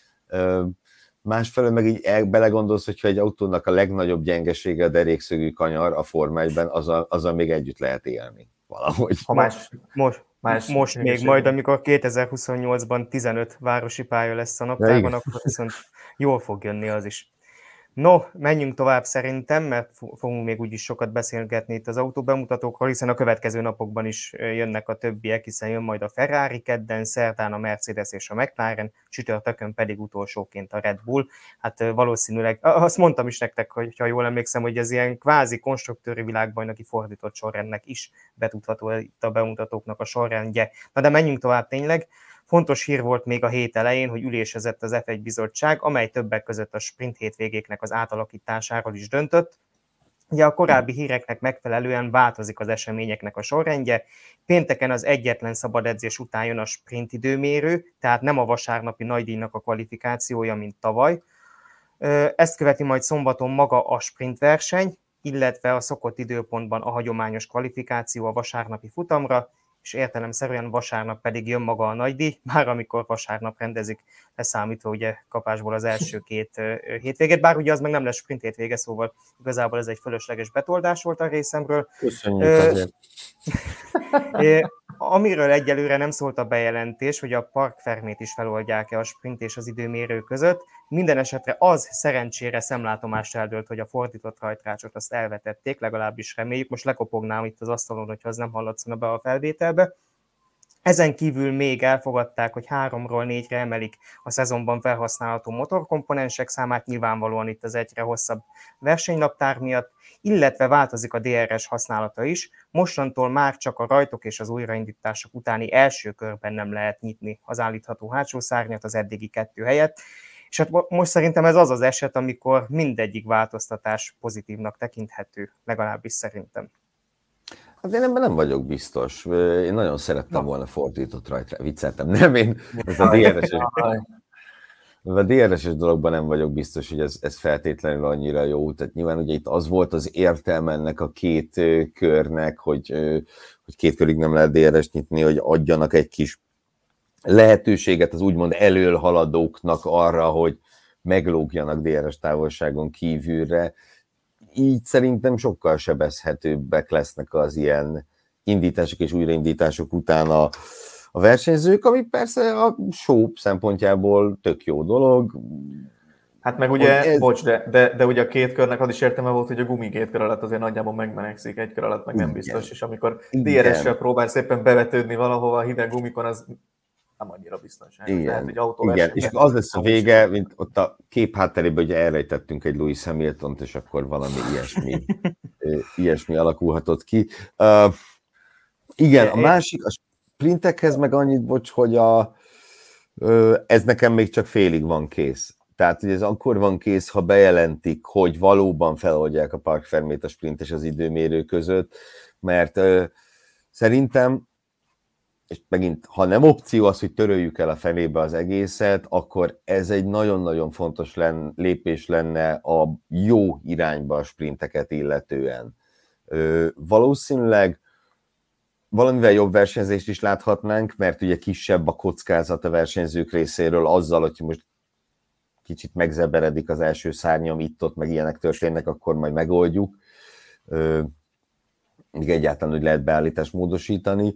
Másfelől meg így belegondolsz, hogyha egy autónak a legnagyobb gyengesége a derékszögű kanyar a Forma egyben, azzal, azzal még együtt lehet élni valahogy. Ha más, most más most még majd, amikor kétezer-huszonnyolcban tizenöt városi pálya lesz a naptárban, akkor viszont jól fog jönni az is. No, menjünk tovább szerintem, mert fogunk még úgyis sokat beszélgetni itt az autóbemutatókról, hiszen a következő napokban is jönnek a többiek, hiszen jön majd a Ferrari kedden, szerdán a Mercedes és a McLaren, csütörtökön pedig utolsóként a Red Bull. Hát valószínűleg, azt mondtam is nektek, hogy ha jól emlékszem, hogy ez ilyen kvázi konstruktőri világbajnoki fordított sorrendnek is betudható itt a bemutatóknak a sorrendje. Na de menjünk tovább tényleg. Fontos hír volt még a hét elején, hogy ülésezett az ef egy bizottság, amely többek között a sprint hétvégéknek az átalakításáról is döntött. Ugye a korábbi híreknek megfelelően változik az eseményeknek a sorrendje. Pénteken az egyetlen szabad edzés után jön a sprint időmérő, tehát nem a vasárnapi nagydíjnak a kvalifikációja, mint tavaly. Ezt követi majd szombaton maga a sprintverseny, illetve a szokott időpontban a hagyományos kvalifikáció a vasárnapi futamra, és értelemszerűen vasárnap pedig jön maga a nagydíj, már amikor vasárnap rendezik, leszámítva ugye kapásból az első két hétvégét, bár ugye az meg nem lesz sprint hétvége, szóval igazából ez egy fölösleges betoldás volt a részemről. Köszönjük azért. Amiről egyelőre nem szólt a bejelentés, hogy a Parc Fermét is feloldják-e a sprint és az időmérő között. Minden esetre az szerencsére szemlátomást eldőlt, hogy a fordított rajtrácsot azt elvetették, legalábbis reméljük. Most lekopognám itt az asztalon, hogyha az nem hallatszana be a felvételbe. Ezen kívül még elfogadták, hogy háromról négyre emelik a szezonban felhasználható motorkomponensek számát, nyilvánvalóan itt az egyre hosszabb versenynaptár miatt, illetve változik a dé er es használata is. Mostantól már csak a rajtok és az újraindítások utáni első körben nem lehet nyitni az állítható hátsó szárnyat az eddigi kettő helyett. És hát most szerintem ez az az eset, amikor mindegyik változtatás pozitívnak tekinthető, legalábbis szerintem. Hát én ebben nem vagyok biztos. Én nagyon szerettem Na. volna fordított rajtra. Vicceltem, nem? Én ez a dé er es-es, a dé er es-es dologban nem vagyok biztos, hogy ez, ez feltétlenül annyira jó. Tehát nyilván ugye itt az volt az értelme ennek a két körnek, hogy, hogy két körig nem lehet dé er es-t nyitni, hogy adjanak egy kis lehetőséget az úgymond elölhaladóknak arra, hogy meglógjanak dé er es távolságon kívülre. így szerintem sokkal sebezhetőbbek lesznek az ilyen indítások és újraindítások után a, a versenyzők, ami persze a show szempontjából tök jó dolog. Hát meg ugye, ez... bocs, de, de, de ugye a két körnek az is értelme volt, hogy a gumi két kör alatt azért nagyjából megmenekszik, egy kör alatt meg nem biztos, és amikor dé er es-sel próbál szépen bevetődni valahova a hideg gumikon, az nem annyira biztonságos. Igen, Tehát, hogy igen. És az lesz a vége, mint ott a kép hátterében ugye elrejtettünk egy Lewis Hamiltont, és akkor valami ilyesmi, ilyesmi alakulhatott ki. Uh, igen, a másik, a sprintekhez meg annyit, bocs, hogy a, uh, ez nekem még csak félig van kész. Tehát, hogy ez akkor van kész, ha bejelentik, hogy valóban feloldják a Parc Fermét a sprint és az időmérő között, mert uh, szerintem, és megint, ha nem opció az, hogy töröljük el a fenébe az egészet, akkor ez egy nagyon-nagyon fontos len, lépés lenne a jó irányba a sprinteket illetően. Uh, valószínűleg valamivel jobb versenyzést is láthatnánk, mert ugye kisebb a kockázat a versenyzők részéről azzal, hogy most kicsit megzeberedik az első szárnyam, itt-ott meg ilyenek történnek, akkor majd megoldjuk. Még egyáltalán, hogy lehet beállítást módosítani.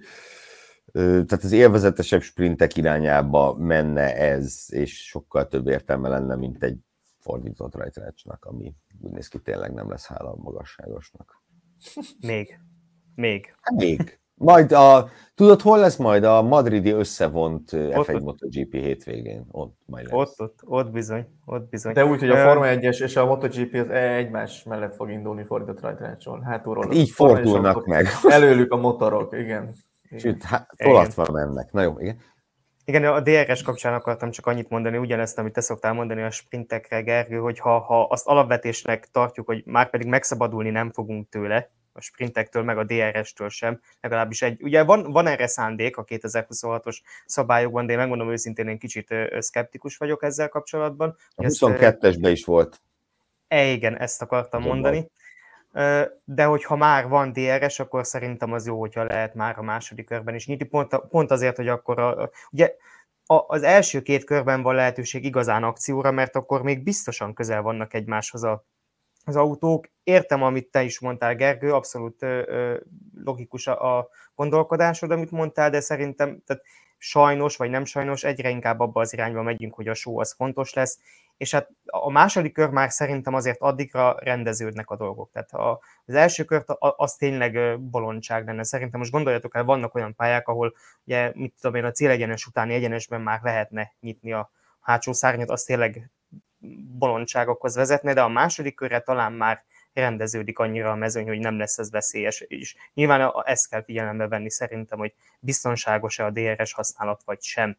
Tehát az élvezetesebb sprintek irányába menne ez, és sokkal több értelme lenne, mint egy fordított rajtrácsnak, ami úgy néz ki, tényleg nem lesz hála a magasságosnak. Még. Még. Még. Majd a, tudod, hol lesz majd a madridi összevont ef egy MotoGP hétvégén? Ott majd lesz. Ott, ott, ott bizony, ott bizony. De úgy, hogy a Forma egyes és a MotoGP az egymás mellett fog indulni fordított rajtrácson. Hátulról. Hát így fordulnak meg. Előlük a motorok, igen. igen. Sőt, hát, tolatva mennek. Na jó, igen. Igen, a dé er es kapcsán akartam csak annyit mondani, ugyanezt, amit te szoktál mondani a sprintekre, Gergő, hogy ha, ha azt alapvetésnek tartjuk, hogy már pedig megszabadulni nem fogunk tőle, a sprintektől, meg a dé er es-től sem, legalábbis egy, ugye van, van erre szándék a kétezer-huszonhatos szabályokban, de én megmondom őszintén, én kicsit szkeptikus vagyok ezzel kapcsolatban. A huszonkettesben is volt. E, igen, ezt akartam de mondani. Van. De hogyha már van dé er es, akkor szerintem az jó, hogyha lehet már a második körben is nyitni, pont, pont azért, hogy akkor a, ugye az első két körben van lehetőség igazán akcióra, mert akkor még biztosan közel vannak egymáshoz a az autók. Értem, amit te is mondtál, Gergő, abszolút ö, ö, logikus a, a gondolkodásod, amit mondtál, de szerintem tehát sajnos, vagy nem sajnos, egyre inkább abba az irányba megyünk, hogy a show az fontos lesz, és hát a második kör már szerintem azért addigra rendeződnek a dolgok. Tehát a, az első kört az tényleg bolondság lenne. Szerintem most gondoljatok el, vannak olyan pályák, ahol ugye, mit tudom én, a célegyenes utáni egyenesben már lehetne nyitni a hátsó szárnyat, az tényleg bolondságokhoz vezetne, de a második körre talán már rendeződik annyira a mezőny, hogy nem lesz ez veszélyes. És nyilván ezt kell figyelembe venni szerintem, hogy biztonságos-e a dé er es használat, vagy sem.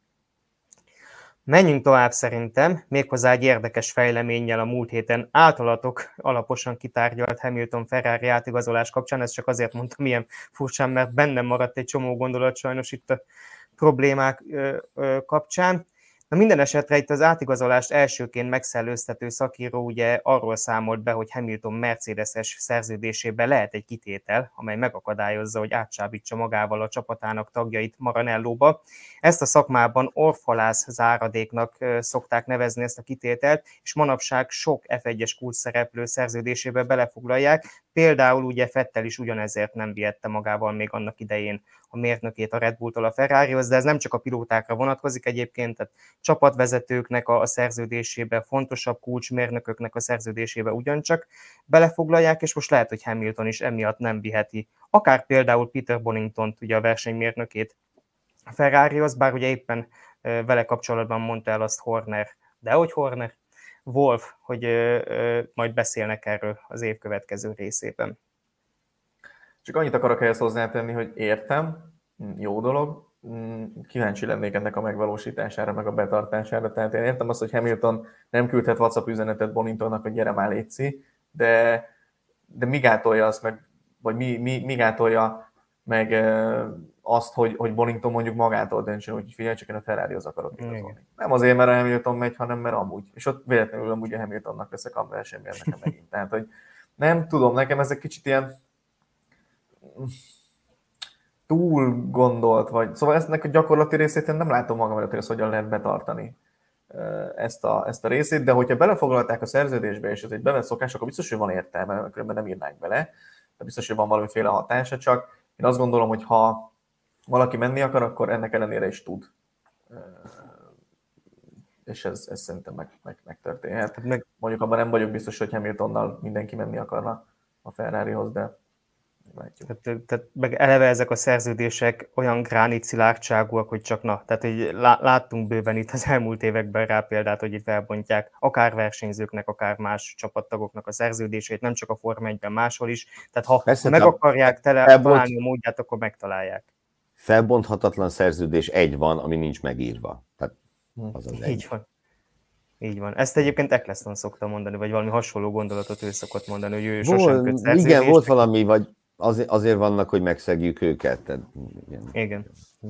Menjünk tovább szerintem, méghozzá egy érdekes fejleménnyel a múlt héten általatok alaposan kitárgyalt Hamilton-Ferrari átigazolás kapcsán, ezt csak azért mondtam ilyen furcsán, mert bennem maradt egy csomó gondolat sajnos itt a problémák kapcsán. Na minden esetre itt az átigazolást elsőként megszellőztető szakíró ugye arról számolt be, hogy Hamilton Mercedes-es szerződésében lehet egy kitétel, amely megakadályozza, hogy átcsábítsa magával a csapatának tagjait Maranellóba. Ezt a szakmában orfalász záradéknak szokták nevezni ezt a kitételt, és manapság sok ef egyes kulcsszereplő szerződésébe belefoglalják. Például ugye Vettel is ugyanezért nem vihette magával még annak idején a mérnökét a Red Bulltól a Ferrarihoz, de ez nem csak a pilótákra vonatkozik egyébként, tehát csapatvezetőknek a szerződésébe, fontosabb kulcsmérnököknek a szerződésébe ugyancsak belefoglalják, és most lehet, hogy Hamilton is emiatt nem viheti. Akár például Peter Boningtont, ugye a versenymérnökét a Ferrarihoz, bár ugye éppen vele kapcsolatban mondta el azt Horner, de hogy Horner? Wolf, hogy ö, ö, majd beszélnek erről az év következő részében. Csak annyit akarok ehhez hozzátenni, hogy értem, jó dolog, kíváncsi lennék ennek a megvalósítására, meg a betartására. Tehát én értem azt, hogy Hamilton nem küldhet WhatsApp üzenetet Boningtonnak, hogy gyere már létszi, de, de mi gátolja azt meg, vagy mi, mi, mi gátolja meg azt, hogy, hogy Bonington mondjuk magától döntsön, hogy figyelj, csak én a Ferrarihoz akarok igazolni. Nem azért, mert a Hamilton megy, hanem mert amúgy. És ott véletlenül amúgy a Hamiltonnak leszek a versenymérnöke megint. Tehát, hogy nem tudom, nekem ez egy kicsit ilyen túl gondolt, vagy szóval ezt a gyakorlati részét én nem látom magam előtt, hogy ezt hogyan lehet betartani. ezt a, ezt a részét, de hogyha belefoglalták a szerződésbe, és ez egy bevett szokás, akkor biztos, hogy van értelme, mert különben nem írnák bele, de biztos, hogy van valamiféle hatása, csak én azt gondolom, hogy ha valaki menni akar, akkor ennek ellenére is tud. És ez, ez szerintem meg, meg, megtörténhet. Meg, mondjuk abban nem vagyok biztos, hogy Hamiltonnal mindenki menni akarna a Ferrarihoz, de tehát, tehát meg eleve ezek a szerződések olyan gránit szilárdságúak, hogy csak na, tehát hogy láttunk bőven itt az elmúlt években rá példát, hogy itt felbontják akár versenyzőknek, akár más csapattagoknak a szerződését, nem csak a Forma egyben, máshol is. Tehát ha, Persze, ha meg akarják tele, felbont... találni a módját, akkor megtalálják. Felbonthatatlan szerződés egy van, ami nincs megírva. Tehát az az Így egy. van. Így van. Ezt egyébként Eccleston szokta mondani, vagy valami hasonló gondolatot ő szokott mondani, hogy ő Vol, sosem köt szerződést. Igen, volt valami, vagy azért, azért vannak, hogy megszegjük őket. Tehát, igen. igen.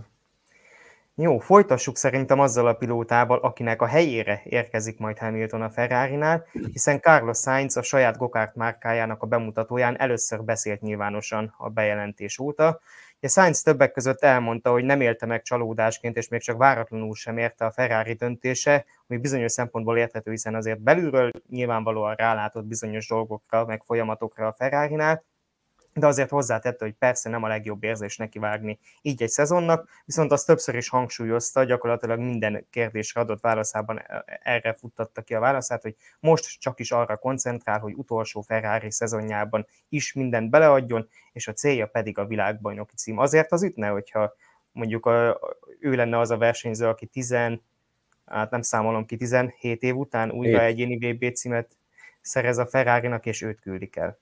Jó, folytassuk szerintem azzal a pilótával, akinek a helyére érkezik majd Hamilton a Ferrarinál, hiszen Carlos Sainz a saját go-kart márkájának a bemutatóján először beszélt nyilvánosan a bejelentés óta. Ugye Sainz többek között elmondta, hogy nem élte meg csalódásként, és még csak váratlanul sem érte a Ferrari döntése, ami bizonyos szempontból érthető, hiszen azért belülről nyilvánvalóan rálátott bizonyos dolgokra, meg folyamatokra a Ferrarinál, de azért hozzátette, hogy persze nem a legjobb érzés nekivágni így egy szezonnak, viszont azt többször is hangsúlyozta, gyakorlatilag minden kérdésre adott válaszában erre futtatta ki a válaszát, hogy most csak is arra koncentrál, hogy utolsó Ferrari szezonjában is mindent beleadjon, és a célja pedig a világbajnoki cím. Azért az ütne, hogyha mondjuk a, ő lenne az a versenyző, aki tizen, hát nem számolom ki, tizenhét év után újra egyéni vé bé címet szerez a Ferrarinak, és őt küldik el.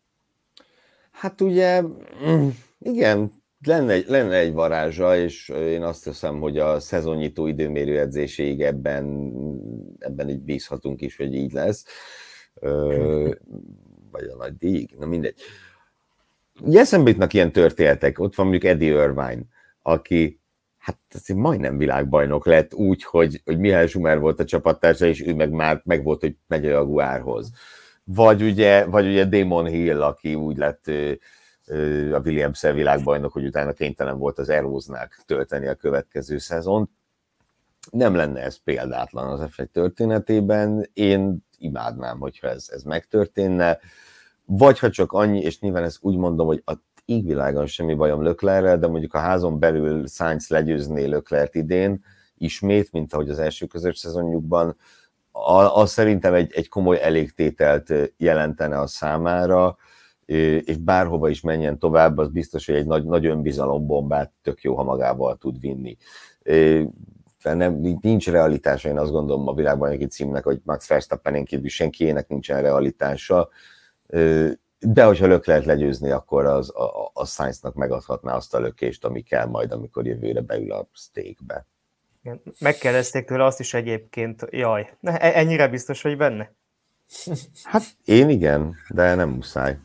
Hát ugye, igen, lenne egy, lenne egy varázsa, és én azt hiszem, hogy a szezonnyitó időmérő edzéséig ebben, ebben így bízhatunk is, hogy így lesz. Ö, vagy a nagy díj, na mindegy. Ugye eszembe jutnak ilyen történetek, ott van mondjuk Eddie Irvine, aki hát majdnem világbajnok lett úgy, hogy, hogy Michael Schumacher volt a csapattársa, és ő meg már meg volt, hogy megy a Jaguarhoz. Vagy ugye, vagy ugye Damon Hill, aki úgy lett ö, ö, a Williams-el világbajnok, hogy utána kénytelen volt az Aeróznák tölteni a következő szezont. Nem lenne ez példátlan az ef egy történetében. Én imádnám, hogyha ez, ez megtörténne. Vagy ha csak annyi, és nyilván ezt úgy mondom, hogy a égvilágon semmi bajom Leclerrel, de mondjuk a házon belül Sainz legyőzné Leclerc idén ismét, mint ahogy az első közös szezonjukban, az szerintem egy, egy komoly elégtételt jelentene a számára, és bárhova is menjen tovább, az biztos, hogy egy nagy, nagy önbizalombombát tök jó, ha magával tud vinni. Nem, nincs realitása, én azt gondolom a világbajnoki címnek, hogy Max Verstappenen kívül senkiének nincsen realitása, de hogyha Leclerc legyőzni, akkor az, a, a Sainznak megadhatná azt a lökést, ami kell majd, amikor jövőre beül a steakbe. Megkérdezték tőle azt is egyébként, jaj, ennyire biztos vagy benne? Hát én igen, de nem muszáj.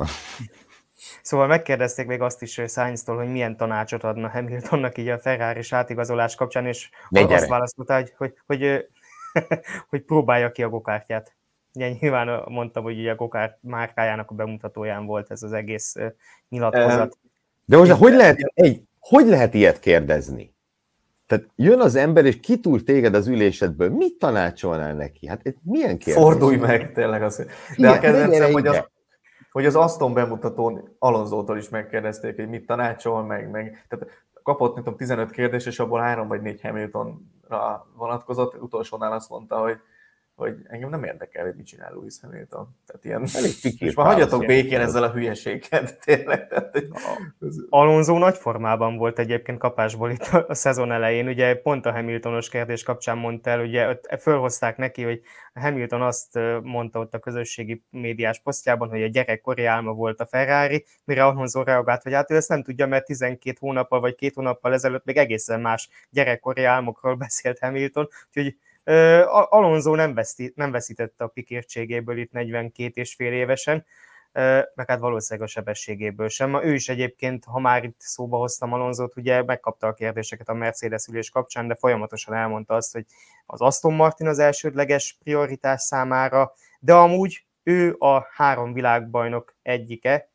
Szóval megkérdezték még azt is Sainztól, hogy milyen tanácsot adna Hamiltonnak így a Ferrari-s átigazolás kapcsán, és egy azt válaszolta, hogy, hogy, hogy, hogy próbálja ki a gokártyát. Ugye nyilván mondtam, hogy ugye a gokart márkájának a bemutatóján volt ez az egész nyilatkozat. De most hogy lehet, egy, hogy lehet ilyet kérdezni? Tehát jön az ember, és kitúr téged az ülésedből, mit tanácsolnál neki? Hát ez milyen kérdés? Fordulj meg, tényleg az. De a kedvencem, hogy az, hogy az Aston bemutatón Alonzótól is megkérdezték, hogy mit tanácsol, meg, meg. Tehát kapott, nem tudom, tizenöt kérdés, és abból három vagy négy Hamiltonra vonatkozott. Utolsónál azt mondta, hogy hogy engem nem érdekel, hogy mit csinál Lewis Hamilton. Tehát ilyen, és már hagyjatok békén ezzel a hülyeséget, tényleg. Alonso nagy formában volt egyébként kapásból itt a szezon elején, ugye pont a Hamiltonos kérdés kapcsán mondta el, ugye fölhozták neki, hogy Hamilton azt mondta ott a közösségi médiás posztjában, hogy a gyerekkori álma volt a Ferrari, mire Alonso reagált, hogy hát ő ezt nem tudja, mert tizenkét hónappal vagy két hónappal ezelőtt még egészen más gyerekkori álmokról beszélt Hamilton, úgyhogy Uh, Alonso nem, veszti, nem veszítette a pikértségéből itt negyvenkét és fél évesen, uh, meg hát valószínűleg a sebességéből sem. Ő is egyébként, ha már itt szóba hoztam Alonsót, ugye megkapta a kérdéseket a Mercedes ülés kapcsán, de folyamatosan elmondta azt, hogy az Aston Martin az elsődleges prioritás számára, de amúgy ő a három világbajnok egyike,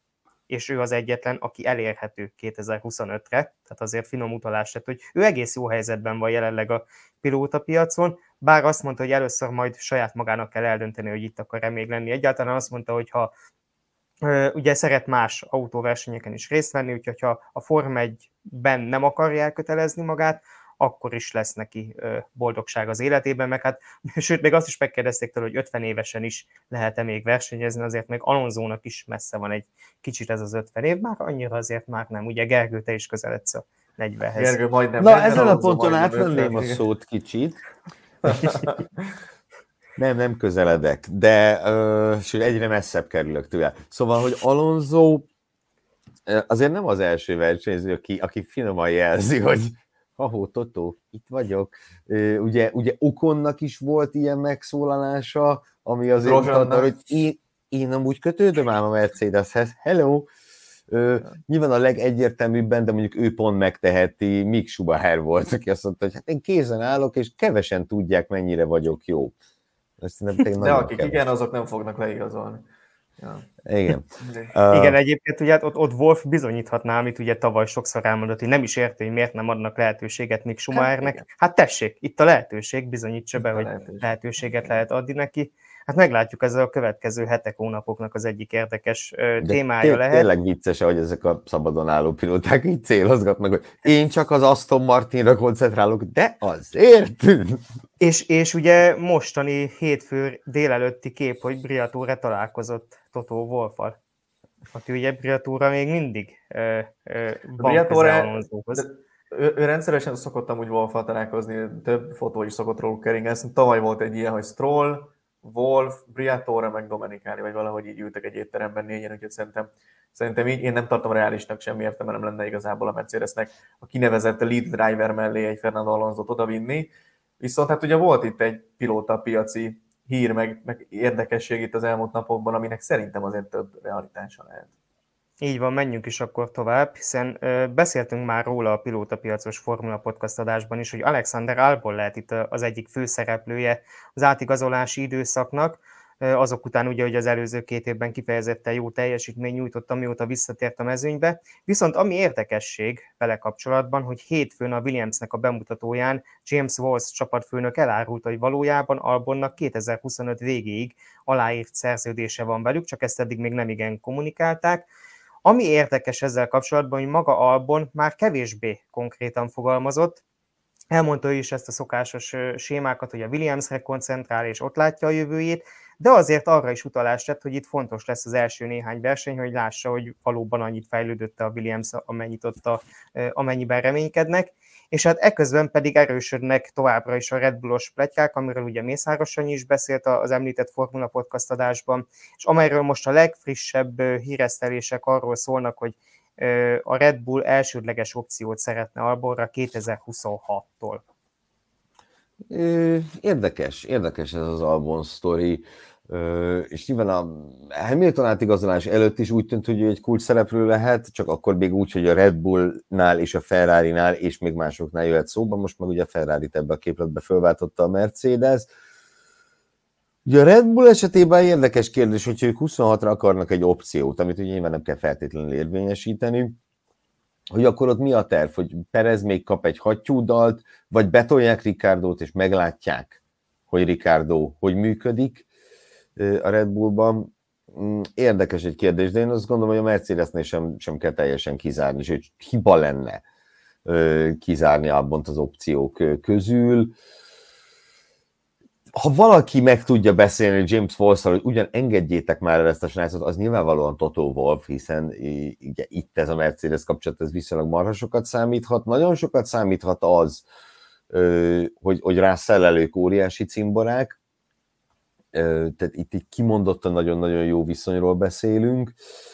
és ő az egyetlen, aki elérhető kétezer-huszonötre, tehát azért finom utalás lett, hogy ő egész jó helyzetben van jelenleg a pilótapiacon, bár azt mondta, hogy először majd saját magának kell eldönteni, hogy itt akar-e még lenni. Egyáltalán azt mondta, hogy ha ugye szeret más autóversenyeken is részt venni, úgyhogy ha a Forma egyben nem akarja elkötelezni magát, akkor is lesz neki boldogság az életében, meg hát, sőt, még azt is megkérdezték tőle, hogy ötven évesen is lehet-e még versenyezni, azért még Alonsónak is messze van egy kicsit ez az ötven év, már annyira azért már nem. Ugye Gergő, te is közeledsz a negyvenhez. Gergő majdnem. Na, ezen a ponton átvenném a szót kicsit. Nem, nem közeledek, de uh, sőt, egyre messzebb kerülök tőle. Szóval, hogy Alonso azért nem az első versenyző, aki, aki finoman jelzi, hogy ahó, Totó, itt vagyok. Ugye, ugye Oconnak is volt ilyen megszólalása, ami azért mutatta, hogy én, én amúgy kötődöm ám a Mercedeshez. Hello! Ö, nyilván a legegyértelműbben, de mondjuk ő pont megteheti, Mick Schumacher volt, aki azt mondta, hogy hát én kézen állok, és kevesen tudják, mennyire vagyok jó. De akik kevés. Igen, azok nem fognak leigazolni. Ja. Igen. uh, Igen, egyébként ugye ott, ott Wolf bizonyíthatná, amit ugye tavaly sokszor elmondott, hogy nem is érti, hogy miért nem adnak lehetőséget Mick Schumachernek. Hát, hát tessék, itt a lehetőség, bizonyítsa be, hogy lehetőség. lehetőséget lehet adni neki. Hát meglátjuk, ez a következő hetek, hónapoknak az egyik érdekes uh, témája té- lehet. Tényleg vicces, hogy ezek a szabadon álló pilóták így célozgatnak, hogy én csak az Aston Martinra koncentrálok, de azért! És, és ugye mostani hétfő délelőtti kép, hogy Briatore találkozott Toto Wolffal. Aki ugye Briatore még mindig uh, uh, van közel Alonsóhoz. Ő, ő rendszeresen szokott amúgy Wolffal találkozni, több fotó is szokott róluk keringeni. Tavaly volt egy ilyen, hogy Stroll, Wolff, Briatore, meg Domenicali, vagy valahogy így ültek egy étteremben négyen, úgyhogy szerintem, szerintem így én nem tartom reálisnak, semmi értelme nem lenne igazából a Mercedesnek a kinevezett lead driver mellé egy Fernando Alonsót odavinni. Viszont hát ugye volt itt egy pilóta piaci hír, meg, meg érdekesség itt az elmúlt napokban, aminek szerintem azért több realitása lehet. Így van, menjünk is akkor tovább, hiszen ö, beszéltünk már róla a pilótapiacos Formula Podcast adásban is, hogy Alexander Albon lehet itt az egyik főszereplője az átigazolási időszaknak, ö, azok után ugye, hogy az előző két évben kifejezetten jó teljesítmény nyújtott, amióta visszatért a mezőnybe. Viszont ami érdekesség vele kapcsolatban, hogy hétfőn a Williamsnek a bemutatóján James Walsh csapatfőnök elárulta, hogy valójában Albonnak kétezer-huszonöt végéig aláírt szerződése van velük, csak ezt eddig még nem igen kommunikálták. Ami érdekes ezzel kapcsolatban, hogy maga Albon már kevésbé konkrétan fogalmazott, elmondta ő is ezt a szokásos sémákat, hogy a Williamsre koncentrál és ott látja a jövőjét, de azért arra is utalást tett, hogy itt fontos lesz az első néhány verseny, hogy lássa, hogy valóban annyit fejlődött a Williams, amennyit ott a, amennyiben reménykednek, és hát eközben pedig erősödnek továbbra is a Red Bullos pletykák, amiről ugye Mészáros Sanyi is beszélt az említett Formula Podcast adásban, és amelyről most a legfrissebb híresztelések arról szólnak, hogy a Red Bull elsődleges opciót szeretne Albonra kétezer-huszonhattól. Érdekes, érdekes ez az Albon sztori, és nyilván a Hamilton átigazolás előtt is úgy tűnt, hogy egy kulcs szereplő lehet, csak akkor még úgy, hogy a Red Bullnál és a Ferrarinál és még másoknál jöhet szóba, most meg ugye a Ferrarit ebbe a képletbe fölváltotta a Mercedes. Ugye a Red Bull esetében érdekes kérdés, hogyha ők huszonhatra akarnak egy opciót, amit ugye nyilván nem kell feltétlenül érvényesíteni, hogy akkor ott mi a terv, hogy Perez még kap egy hattyúdalt, vagy betolják Ricciardót, és meglátják, hogy Ricciardo hogy működik a Red Bullban. Érdekes egy kérdés, de én azt gondolom, hogy a Mercedesnél sem, sem kell teljesen kizárni, és hogy hiba lenne kizárni Albont az opciók közül. Ha valaki meg tudja beszélni James Walsh-szal, hogy ugyan engedjétek már el ezt a srácot, az nyilvánvalóan Toto Wolff, hiszen ugye, itt ez a Mercedes kapcsolat, ez viszonylag marha sokat számíthat. Nagyon sokat számíthat az, hogy, hogy rászellelők óriási cimborák, tehát itt egy kimondottan nagyon-nagyon jó viszonyról beszélünk,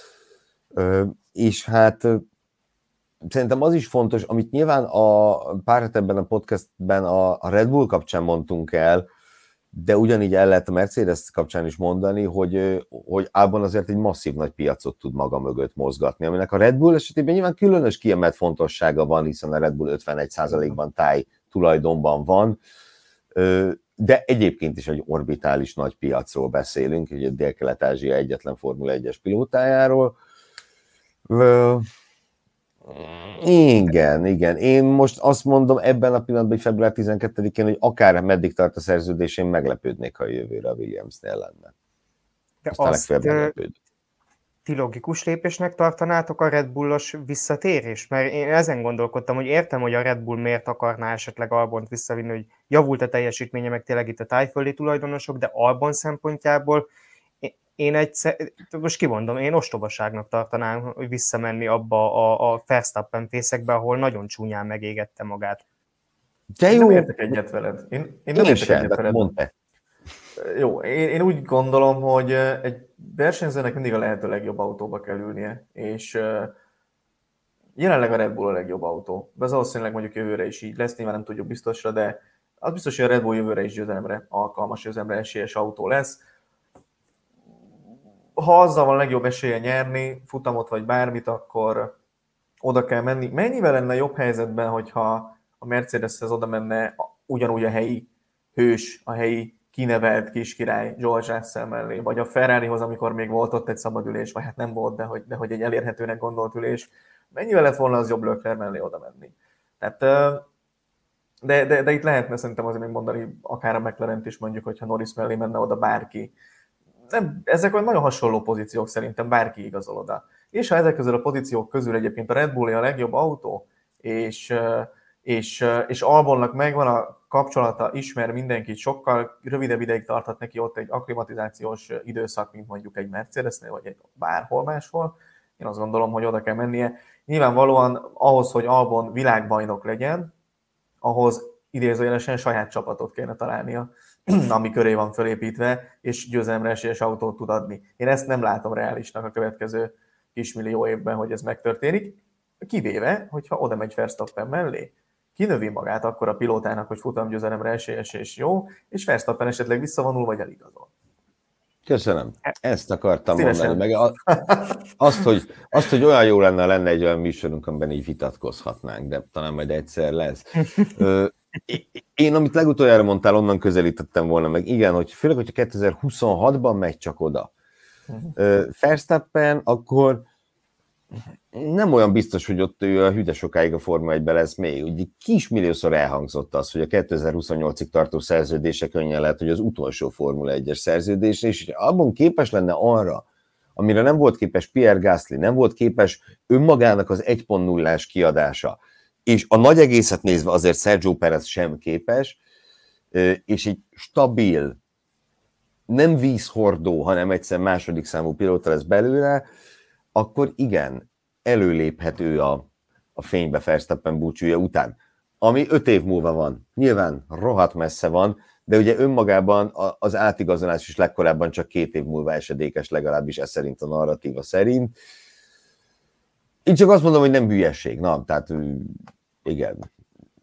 és hát szerintem az is fontos, amit nyilván a pár ebben a podcastben a Red Bull kapcsán mondtunk el, de ugyanígy el lehet a Mercedes kapcsán is mondani, hogy, hogy Albon azért egy masszív nagy piacot tud maga mögött mozgatni, aminek a Red Bull esetében nyilván különös kiemelt fontossága van, hiszen a Red Bull ötvenegy százalékban táj tulajdonban van, de egyébként is egy orbitális nagy piacról beszélünk, ugye Dél-Kelet-Ázsia egyetlen Formula egyes pilótájáról, Ö, igen, igen. Én most azt mondom ebben a pillanatban, hogy február tizenkettedikén, hogy akár meddig tart a szerződés, én meglepődnék, ha jövőre a Williamsnél lenne. De Aztán azt meglepődök. ti logikus lépésnek tartanátok a Red Bullos visszatérést? Mert én ezen gondolkodtam, hogy értem, hogy a Red Bull miért akarná esetleg Albont visszavinni, hogy javult a teljesítménye, meg tényleg itt a tájföldi tulajdonosok, de Albon szempontjából én egyszer, most kimondom, én ostobaságnak tartanám, hogy visszamenni abba a, a Verstappen fészekbe, ahol nagyon csúnyán megégette magát. De Én jó. nem értek egyet veled. Én, én nem Én értek sem, egyet veled. mondd te. Jó, én, én úgy gondolom, hogy egy versenyzőnek mindig a lehető legjobb autóba kell ülnie, és uh, jelenleg a Red Bull a legjobb autó. Ez valószínűleg mondjuk jövőre is így lesz, nyilván nem tudjuk biztosra, de az biztos, hogy a Red Bull jövőre is győzelemre alkalmas, győzelemre esélyes autó lesz. Ha azzal van a legjobb esélye nyerni, futamot vagy bármit, akkor oda kell menni. Mennyivel lenne jobb helyzetben, hogyha a Mercedeshez oda menne ugyanúgy a helyi hős, a helyi kinevelt kiskirály George Russell mellé, vagy a Ferrarihoz, amikor még volt ott egy szabadülés, vagy hát nem volt, de hogy, de hogy egy elérhetőnek gondolt ülés, mennyivel lett volna az jobb Leclerc mellé oda menni. Tehát, de, de, de itt lehetne szerintem azért még mondani, akár a McLarent is mondjuk, hogyha Norris mellé menne oda bárki. Nem, ezek olyan nagyon hasonló pozíciók szerintem, bárki igazol oda. És ha ezek közül a pozíciók közül egyébként a Red Bull a legjobb autó, és, és, és Albonnak megvan a kapcsolata, ismer mindenkit, sokkal rövidebb ideig tarthat neki ott egy akklimatizációs időszak, mint mondjuk egy Mercedesnél, vagy egy bárhol máshol. Én azt gondolom, hogy oda kell mennie. Nyilvánvalóan ahhoz, hogy Albon világbajnok legyen, ahhoz idézőjelesen saját csapatot kéne találnia, ami köré van fölépítve, és győzelemre esélyes autót tud adni. Én ezt nem látom reálisnak a következő kismillió évben, hogy ez megtörténik, kivéve, hogyha oda megy Verstappen mellé, kinövi magát akkor a pilótának, hogy futamgyőzelemre esélyes és jó, és Verstappen esetleg visszavonul, vagy eligazol. Köszönöm. Ezt akartam Szívesen. mondani. Meg azt, hogy, azt, hogy olyan jó lenne, lenne egy olyan műsorunk, amiben így vitatkozhatnánk, de talán majd egyszer lesz. Én, amit legutoljára mondtál, onnan közelítettem volna meg. Igen, hogy főleg, hogyha kétezer-huszonhatban megy csak oda. Verstappen, akkor nem olyan biztos, hogy ott ő a hűde sokáig a Forma egyben lesz még. Ugye kismilliószor elhangzott az, hogy a kétezer-huszonnyolcig tartó szerződése könnyen lehet, hogy az utolsó Formula egyes szerződés, és abban képes lenne arra, amire nem volt képes Pierre Gasly, nem volt képes önmagának az egy pont nullás kiadása, és a nagy egészet nézve azért Sergio Perez sem képes, és egy stabil, nem vízhordó, hanem egyszer második számú pilóta lesz belőle, akkor igen, előléphető a, a fénybe Verstappen búcsúja után. Ami öt év múlva van. Nyilván rohadt messze van, de ugye önmagában az átigazolás is legkorábban csak két év múlva esedékes, legalábbis ez szerint a narratíva szerint. Én csak azt mondom, hogy nem hülyeség. Na, tehát igen.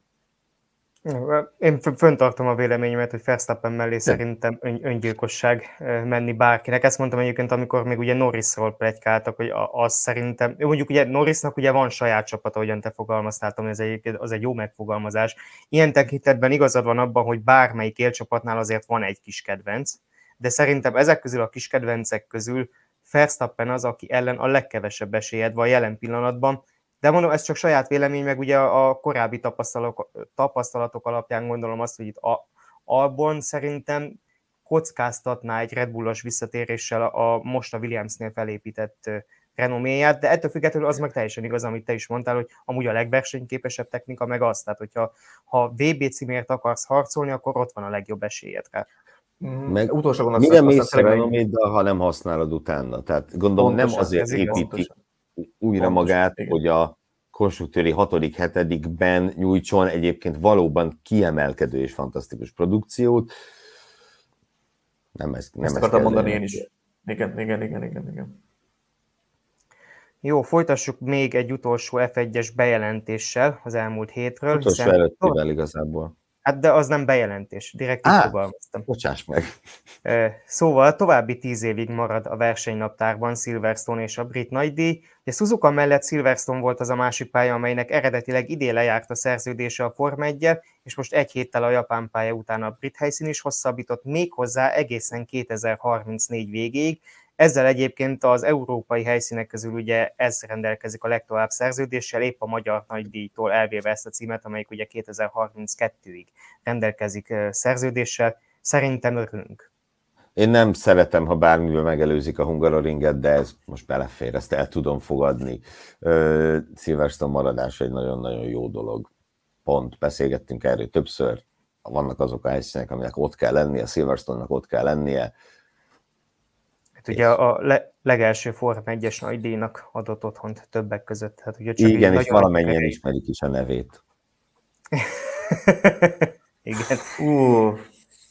Én föntartom a véleményemet, hogy Verstappen mellé szerintem ön, öngyilkosság menni bárkinek. Ezt mondtam egyébként, amikor még ugye Norrisról pletykáltak, hogy az szerintem, mondjuk ugye Norrisnak ugye van saját csapata, ahogyan te fogalmaztál, ez egyébként az egy jó megfogalmazás. Ilyen tekintetben igazad van abban, hogy bármelyik élcsapatnál azért van egy kis kedvenc, de szerintem ezek közül a kis kedvencek közül Verstappen az, aki ellen a legkevesebb esélyed van jelen pillanatban. De mondom, ez csak saját vélemény, meg ugye a korábbi tapasztalatok, tapasztalatok alapján gondolom azt, hogy itt a Albon szerintem kockáztatná egy Red Bullos visszatéréssel a most a Williamsnél felépített renoméját, de ettől függetlenül az meg teljesen igaz, amit te is mondtál, hogy amúgy a legversenyképesebb technika meg az, tehát hogyha ha vé bé címért akarsz harcolni, akkor ott van a legjobb esélyed rá. Meg utolsó mire mész a renoméddal, ha nem használod utána? Tehát gondolom pontosan, nem azért építi újra pontosan, magát, igen. Hogy a konstruktőri hatodik, hetedikben nyújtson egyébként valóban kiemelkedő és fantasztikus produkciót. Nem ezt, nem ezt akartam mondani én is. Igen, igen, igen, igen, igen. Jó, folytassuk még egy utolsó ef egyes bejelentéssel az elmúlt hétről. Utolsó hiszen... előttivel igazából. Hát de az nem bejelentés, direkt így fogalmaztam. Bocsáss meg. Szóval további tíz évig marad a versenynaptárban Silverstone és a brit nagydíj. A Suzuka mellett Silverstone volt az a másik pálya, amelynek eredetileg idén lejárt a szerződése a Forma eggyel, és most egy héttel a japán pálya után a brit helyszín is hosszabbított, méghozzá egészen kétezer-harmincnégy végéig. Ezzel egyébként az európai helyszínek közül ugye ez rendelkezik a legtovább szerződéssel, épp a Magyar Nagydíjtól elvéve ezt a címet, amelyik ugye kétezer-harminckettőig rendelkezik szerződéssel. Szerintem örülünk. Én nem szeretem, ha bármivel megelőzik a Hungaroringet, de ez most belefér, ezt el tudom fogadni. Silverstone maradás egy nagyon-nagyon jó dolog. Pont, beszélgettünk erről többször. Vannak azok a helyszínek, aminek ott kell lennie, a Silverstone-nak ott kell lennie. Hát ugye a le- legelső Forma egyes nagydíjnak adott otthont többek között. Hát ugye csak igen, és valamennyien ismerik is a nevét. Igen. Uh.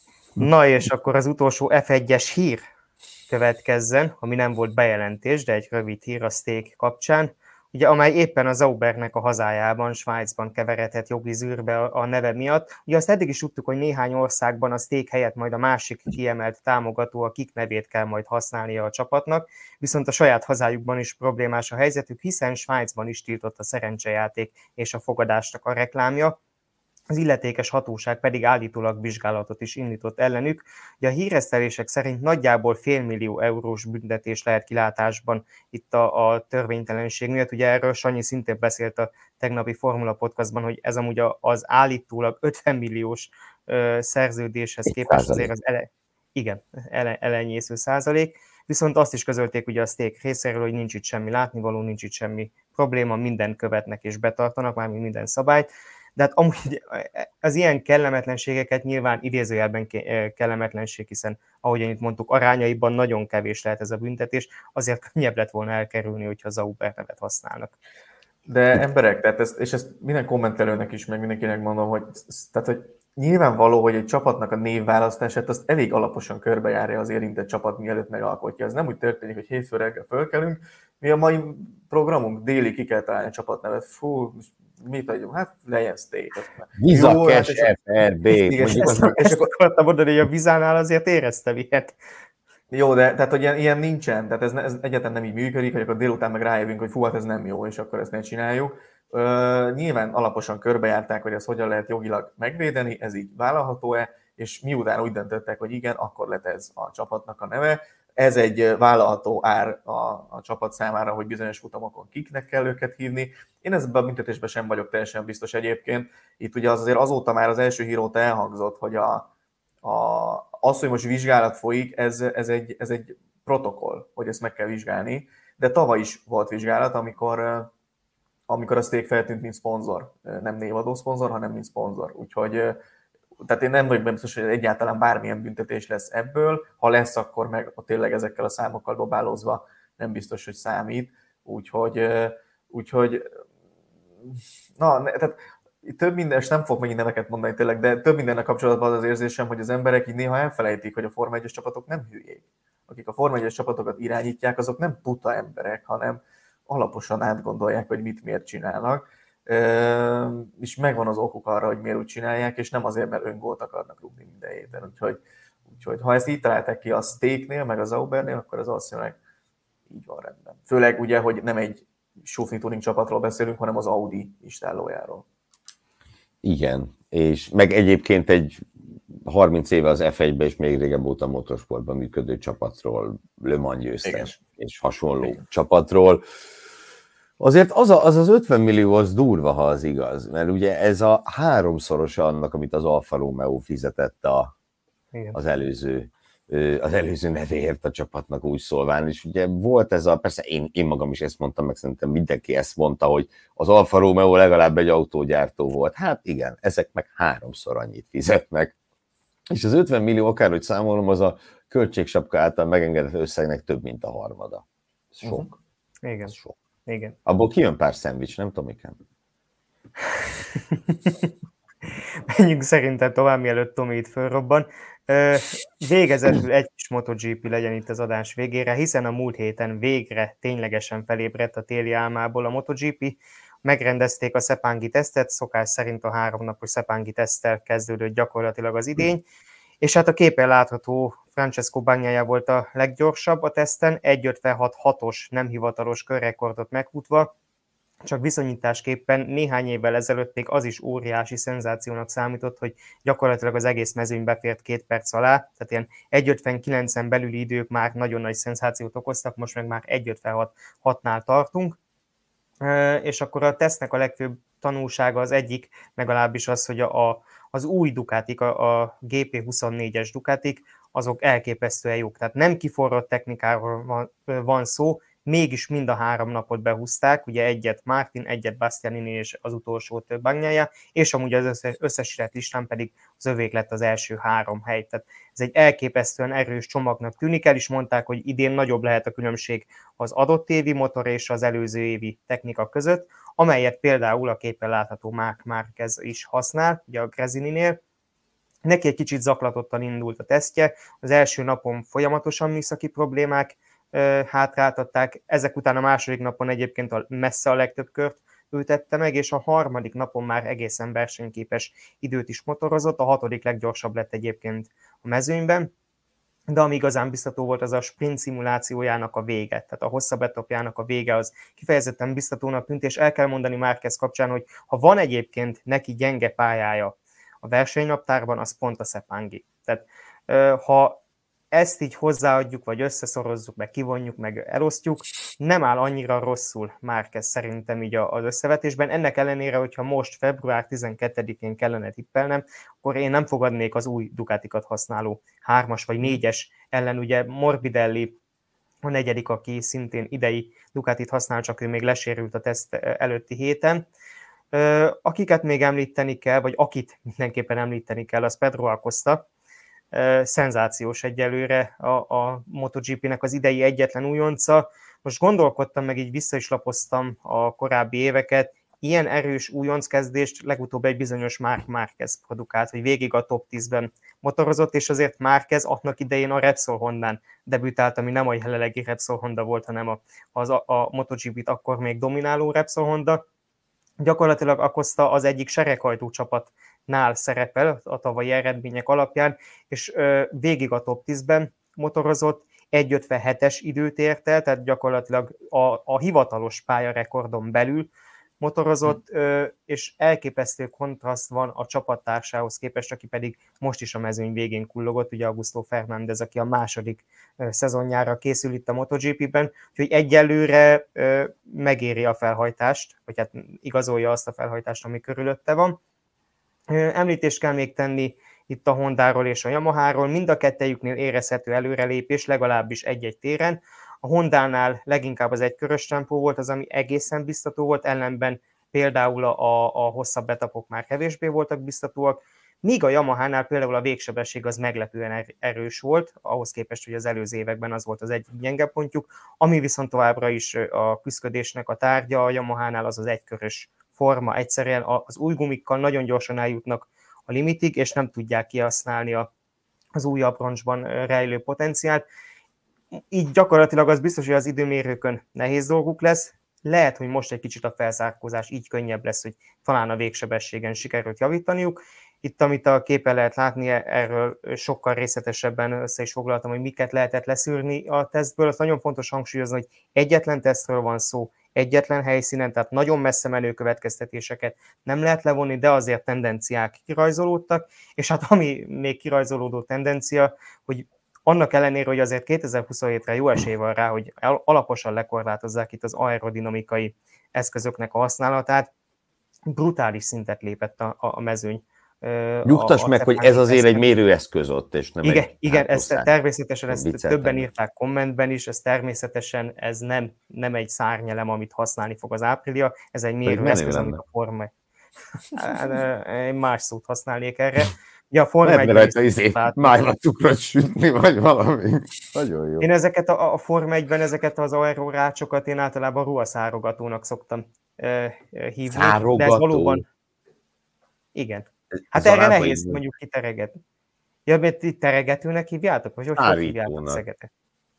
Na és akkor az utolsó ef egyes hír következzen, ami nem volt bejelentés, de egy rövid hír a Steak kapcsán, ugye, amely éppen a Saubernek a hazájában, Svájcban keveredhet jogi zűrbe a neve miatt. Ugye azt eddig is tudtuk, hogy néhány országban a Steak helyett majd a másik kiemelt támogató, a Kik nevét kell majd használnia a csapatnak, viszont a saját hazájukban is problémás a helyzetük, hiszen Svájcban is tiltott a szerencsejáték és a fogadásnak a reklámja. Az illetékes hatóság pedig állítólag vizsgálatot is indított ellenük. Ugye a híresztelések szerint nagyjából félmillió eurós büntetés lehet kilátásban itt a, a törvénytelenség miatt. Ugye erről Sanyi szintén beszélt a tegnapi Formula Podcastban, hogy ez amúgy az állítólag ötven milliós ö, szerződéshez képest azért az ele, igen, ele, elenyésző százalék. Viszont azt is közölték ugye a Steak részéről, hogy nincs itt semmi látnivaló, nincs itt semmi probléma, mindent követnek és betartanak, mármint minden szabályt. De hát amúgy az ilyen kellemetlenségeket nyilván idézőjelben kellemetlenség, hiszen ahogyan itt mondtuk, arányaiban nagyon kevés lehet ez a büntetés, azért könnyebb lett volna elkerülni, hogyha Sauber nevet használnak. De emberek, tehát ezt, és ezt minden kommentelőnek is, meg mindenkinek mondom, hogy, tehát, hogy nyilvánvaló, hogy egy csapatnak a névválasztását azt elég alaposan körbejárja az érintett csapat, mielőtt megalkotja. Ez nem úgy történik, hogy hétfő reggel fölkelünk, mi a mai programunk déli ki kell találni a csapatnevet. Fú, mit adjunk? Hát legyen Steak. Vizakes ef er bé. Ezt akartam mondani, hogy a Vizánál azért éreztem ilyet. Jó, de tehát, hogy ilyen, ilyen nincsen, tehát ez, ez egyáltalán nem így működik, hogy akkor délután meg rájövünk, hogy fú, hát ez nem jó, és akkor ezt ne csináljuk. Ö, nyilván alaposan körbejárták, hogy ezt hogyan lehet jogilag megvédeni, ez így vállalható-e, és miután úgy döntöttek, hogy igen, akkor lett ez a csapatnak a neve. Ez egy vállalható ár a, a csapat számára, hogy bizonyos futamokon kiknek kell őket hívni. Én ezben a büntetésben sem vagyok teljesen biztos egyébként. Itt ugye az azért azóta már az első hírót elhangzott, hogy a, a, az, hogy most vizsgálat folyik, ez, ez, egy, ez egy protokoll, hogy ezt meg kell vizsgálni. De tavaly is volt vizsgálat, amikor, amikor a Steak feltűnt, mint szponzor. Nem névadó szponzor, hanem mint szponzor. Úgyhogy tehát én nem vagyok biztos, hogy egyáltalán bármilyen büntetés lesz ebből. Ha lesz, akkor meg tényleg ezekkel a számokkal dobálózva nem biztos, hogy számít. Úgyhogy, úgyhogy na, tehát több minden, és nem fogok megint neveket mondani tényleg, de több mindennek kapcsolatban az az érzésem, hogy az emberek így néha elfelejtik, hogy a Forma egyes csapatok nem hülyék. Akik a Forma egyes csapatokat irányítják, azok nem puta emberek, hanem alaposan átgondolják, hogy mit miért csinálnak. És megvan az okuk arra, hogy miért úgy csinálják, és nem azért, mert öngólt akarnak rúgni minden héten. Úgyhogy, úgyhogy ha ezt így találták ki a Steaknél, meg a Saubernél, akkor az valószínűleg így van rendben. Főleg ugye, hogy nem egy Schufni Tuning csapatról beszélünk, hanem az Audi istállójáról. Igen, és meg egyébként egy harminc éve az ef egyben és még régebb óta a motorsportban működő csapatról, Le Mans győztes és hasonló Igen. csapatról. Azért az, a, az az ötven millió az durva, ha az igaz, mert ugye ez a háromszorosa annak, amit az Alfa Romeo fizetett a, az előző az előző nevéért a csapatnak úgy szólván, és ugye volt ez a, persze én, én magam is ezt mondtam, meg szerintem mindenki ezt mondta, hogy az Alfa Romeo legalább egy autógyártó volt. Hát igen, ezek meg háromszor annyit fizetnek. És az ötven millió, akárhogy számolom, az a költségsapka által megengedett összegnek több, mint a harmada. Ez sok. Uh-huh. Igen. Ez sok. Igen. Abból kijön pár szendvics, nem tudom, ikán. Menjünk szerintem tovább, mielőtt Tomi itt fölrobban. Végezetül egy kis MotoGP legyen itt az adás végére, hiszen a múlt héten végre ténylegesen felébredt a téli álmából a MotoGP. Megrendezték a Sepanghi tesztet, szokás szerint a háromnapos Sepanghi teszttel kezdődött gyakorlatilag az idény, és hát a képen látható Francesco Bagnaia volt a leggyorsabb a teszten, egy ötvenhat hatos nem hivatalos körrekordot megfutva, csak viszonyításképpen néhány évvel ezelőtt még az is óriási szenzációnak számított, hogy gyakorlatilag az egész mezőny befért két perc alá, tehát ilyen egy ötvenkilencen belüli idők már nagyon nagy szenzációt okoztak, most meg már egy ötvenhatnál tartunk, és akkor a tesztnek a legfőbb tanulsága az egyik, legalábbis az, hogy a, a, az új Ducatik, a, a gé pé huszonnégyes Ducatik, azok elképesztően jók, tehát nem kiforrott technikáról van, van szó, mégis mind a három napot behúzták, ugye egyet Martin, egyet Bastianini és az utolsót Bagnaia, és amúgy az összes, összesített listán pedig az övék lett az első három hely. Tehát ez egy elképesztően erős csomagnak tűnik, el is mondták, hogy idén nagyobb lehet a különbség az adott évi motor és az előző évi technika között, amelyet például a képen látható Marc Márquez is használ, ugye a Gresininél. Neki egy kicsit zaklatottan indult a tesztje, az első napon folyamatosan műszaki problémák hátráltatták, ezek után a második napon egyébként a messze a legtöbb kört ő tette meg, és a harmadik napon már egészen versenyképes időt is motorozott, a hatodik leggyorsabb lett egyébként a mezőnyben, de ami igazán biztató volt, az a sprint szimulációjának a vége, tehát a hosszabb etapjának a vége az kifejezetten biztatónak tűnt, és el kell mondani Márquez kapcsán, hogy ha van egyébként neki gyenge pályája a versenynaptárban, az pont a Sepanghi. Tehát ha ezt így hozzáadjuk, vagy összeszorozzuk, meg kivonjuk, meg elosztjuk, nem áll annyira rosszul Márquez szerintem így az összevetésben. Ennek ellenére, hogyha most február tizenkettedikén kellene tippelnem, akkor én nem fogadnék az új Ducatikat használó hármas vagy négyes ellen. Ugye Morbidelli a negyedik, aki szintén idei Ducatit használ, csak ő még lesérült a teszt előtti héten. Akiket még említeni kell, vagy akit mindenképpen említeni kell, az Pedro Acosta. Szenzációs egyelőre a, a MotoGP-nek az idei egyetlen újonca. Most gondolkodtam, meg így vissza is lapoztam a korábbi éveket, ilyen erős újonckezdést legutóbb egy bizonyos Marc Márquez produkált, hogy végig a top tízben motorozott, és azért Márquez annak idején a Repsol Hondán debütált, ami nem a jelenlegi Repsol Honda volt, hanem a, az, a, a MotoGP-t akkor még domináló Repsol Honda. Gyakorlatilag Acosta az egyik sereghajtó csapatnál szerepel a tavalyi eredmények alapján, és ö, végig a top tízben motorozott, egy ötvenhetes időt ért el, tehát gyakorlatilag a, a hivatalos pályarekordon belül motorozott, ö, és elképesztő kontraszt van a csapattársához képest, aki pedig most is a mezőny végén kullogott, ugye Augusto Fernández, aki a második ö, szezonjára készül itt a MotoGP-ben, úgyhogy egyelőre ö, megéri a felhajtást, vagy hát igazolja azt a felhajtást, ami körülötte van. Ö, említést kell még tenni itt a Hondáról és a Yamaháról, mind a kettejüknél érezhető előrelépés, legalábbis egy-egy téren. A Hondánál leginkább az egykörös tempó volt az, ami egészen biztató volt, ellenben például a, a hosszabb etapok már kevésbé voltak biztatóak, míg a Yamahánál például a végsebesség az meglepően erős volt, ahhoz képest, hogy az előző években az volt az egyik gyenge pontjuk, ami viszont továbbra is a küszködésnek a tárgya, a Yamahánál az az egykörös forma, egyszerűen az új gumikkal nagyon gyorsan eljutnak a limitig, és nem tudják kihasználni a, az új abroncsban rejlő potenciált. Így gyakorlatilag az biztos, hogy az időmérőkön nehéz dolguk lesz. Lehet, hogy most egy kicsit a felzárkózás így könnyebb lesz, hogy talán a végsebességen sikerült javítaniuk. Itt, amit a képen lehet látni, erről sokkal részletesebben össze is foglaltam, hogy miket lehetett leszűrni a tesztből. Az nagyon fontos hangsúlyozni, hogy egyetlen tesztről van szó, egyetlen helyszínen, tehát nagyon messze menő következtetéseket nem lehet levonni, de azért tendenciák kirajzolódtak, és hát ami még kirajzolódó tendencia, hogy annak ellenére, hogy azért kétezer-huszonhétre jó esély van rá, hogy alaposan lekorlátozzák itt az aerodinamikai eszközöknek a használatát, brutális szintet lépett a, a mezőny. Nyugtass meg, hogy ez azért egy mérőeszköz ott, és nem igen, egy igen, ezt természetesen ezt vicceltem. Többen írták kommentben is, ez természetesen ez nem, nem egy szárnyelem, amit használni fog az Aprilia, ez egy mérőeszköz, amit a Forma... Én más szót használnék erre. Ja, a Forma egy rajta izé, májra cukrot sütni, vagy valami. Nagyon jó. Én ezeket a, a Forma egyben ezeket az aerorácsokat én általában ruhaszárogatónak szoktam uh, hívni. Szárogató? De ez valóban... Igen. Hát Zarába erre nehéz ízni. mondjuk kiteregetni. Ja, mert itt teregetőnek hívjátok? Vagy hogy, hogy hívjátok szegetek?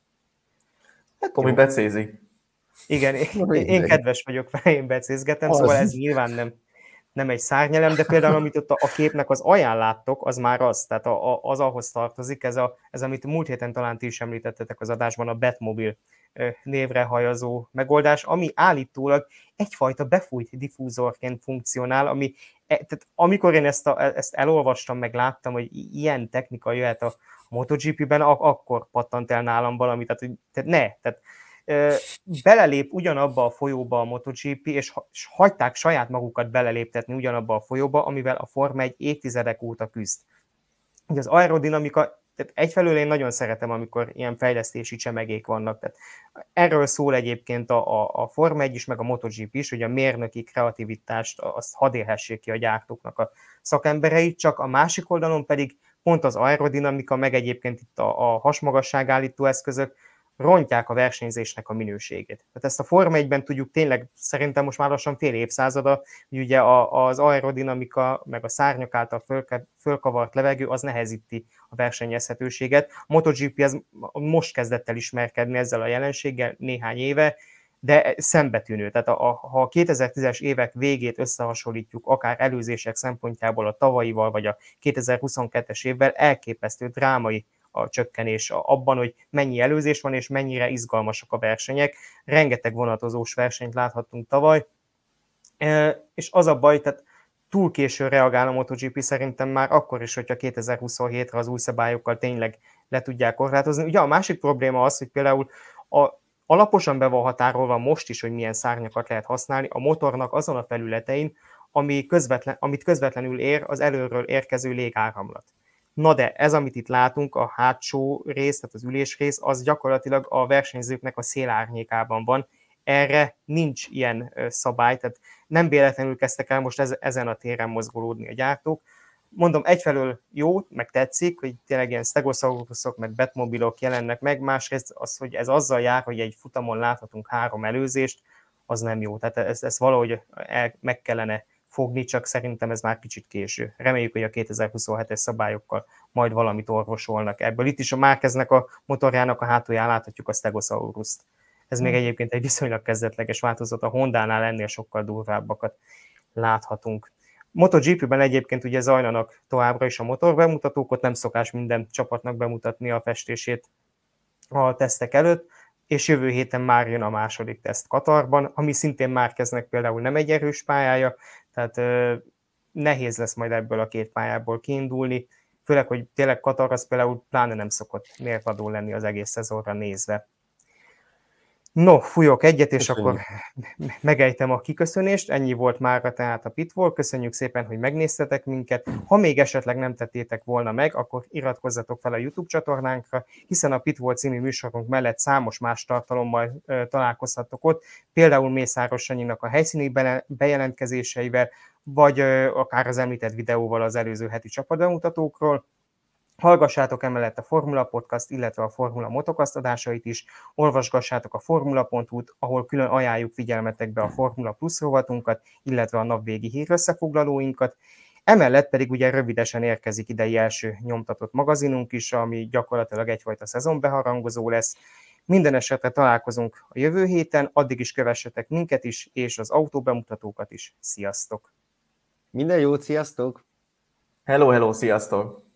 Akkor mi becézik. Igen, én, én kedves vagyok vele, én becézgetem, szóval ez nyilván nem, nem egy szárnyelem, de például amit ott a, a képnek az alján láttok, az már az, tehát a, a, az ahhoz tartozik, ez, a, ez amit múlt héten talán ti is említettetek az adásban, a Batmobile névre hajazó megoldás, ami állítólag egyfajta befújt diffúzorként funkcionál, ami, tehát amikor én ezt, a, ezt elolvastam, meg láttam, hogy ilyen technika jöhet a MotoGP-ben, ak- akkor pattant el nálam valami, tehát, hogy, tehát ne, tehát belelép ugyanabba a folyóba a MotoGP, és, és hagyták saját magukat beleléptetni ugyanabba a folyóba, amivel a Forma egy évtizedek óta küzd. Ugye az aerodinamika, tehát egyfelől én nagyon szeretem, amikor ilyen fejlesztési csemegék vannak. Tehát erről szól egyébként a, a, a Forma egy is, meg a MotoGP is, hogy a mérnöki kreativitást azt hadd élhessék ki a gyártóknak a szakemberei, csak a másik oldalon pedig pont az aerodinamika, meg egyébként itt a, a hasmagasságállító eszközök rontják a versenyzésnek a minőségét. Tehát ezt a Forma egyben tudjuk tényleg, szerintem most már lassan fél évszázada, hogy ugye az aerodinamika, meg a szárnyak által fölkavart levegő, az nehezíti a versenyezhetőséget. A MotoGP ez most kezdett el ismerkedni ezzel a jelenséggel néhány éve, de szembetűnő. Tehát a, a, ha a kétezer-tízes évek végét összehasonlítjuk, akár előzések szempontjából a tavalyival, vagy a kétezer-huszonkettes évvel, elképesztő drámai a csökkenés abban, hogy mennyi előzés van, és mennyire izgalmasak a versenyek. Rengeteg vonatozós versenyt láthattunk tavaly, és az a baj, tehát túl későn reagál a MotoGP szerintem már akkor is, hogyha kétezer-huszonhétre az új szabályokkal tényleg le tudják korlátozni. Ugye a másik probléma az, hogy például a, alaposan be van határolva most is, hogy milyen szárnyakat lehet használni a motornak azon a felületein, ami közvetlen, amit közvetlenül ér az előről érkező légáramlat. Na de ez, amit itt látunk, a hátsó rész, tehát az ülésrész, az gyakorlatilag a versenyzőknek a szélárnyékában van. Erre nincs ilyen szabály, tehát nem véletlenül kezdtek el most ezen a téren mozgolódni a gyártók. Mondom, egyfelől jó, meg tetszik, hogy tényleg ilyen stegosaurusok, meg Batmobilok jelennek meg, másrészt az, hogy ez azzal jár, hogy egy futamon láthatunk három előzést, az nem jó. Tehát ezt, ezt valahogy el, meg kellene fogni, csak szerintem ez már kicsit késő. Reméljük, hogy a kétezer-huszonhetes szabályokkal majd valamit orvosolnak ebből. Itt is a Márqueznek a motorjának a hátulján láthatjuk a Stegosaurust. Ez még egyébként egy viszonylag kezdetleges változat, a Hondánál ennél sokkal durvábbakat láthatunk. MotoGP-ben egyébként ugye zajlanak továbbra is a motorbemutatók, ott nem szokás minden csapatnak bemutatni a festését a tesztek előtt, és jövő héten már jön a második teszt Katarban, ami szintén Márqueznek például nem egy erős pályája, tehát ö, nehéz lesz majd ebből a két pályából kiindulni, főleg, hogy tényleg Katar az például pláne nem szokott mérvadó lenni az egész szezonra nézve. No, fújok egyet, és Köszönjük. Akkor megejtem a kiköszönést. Ennyi volt mára tehát a Pitfall. Köszönjük szépen, hogy megnéztetek minket. Ha még esetleg nem tettétek volna meg, akkor iratkozzatok fel a YouTube csatornánkra, hiszen a Pitfall című műsorunk mellett számos más tartalommal uh, találkozhattok ott, például Mészáros Sanyinak a helyszíni bejelentkezéseivel, vagy uh, akár az említett videóval az előző heti csapatbemutatókról. Hallgassátok emellett a Formula Podcast, illetve a Formula Motocast adásait is, olvasgassátok a formula pont hu-t, ahol külön ajánljuk figyelmetekbe a Formula Plus rovatunkat, illetve a napvégi hírösszefoglalóinkat. Emellett pedig ugye rövidesen érkezik idei első nyomtatott magazinunk is, ami gyakorlatilag egyfajta szezonbeharangozó lesz. Minden esetre találkozunk a jövő héten, addig is kövessetek minket is, és az autóbemutatókat is. Sziasztok! Minden jót, sziasztok! Hello, hello, sziasztok!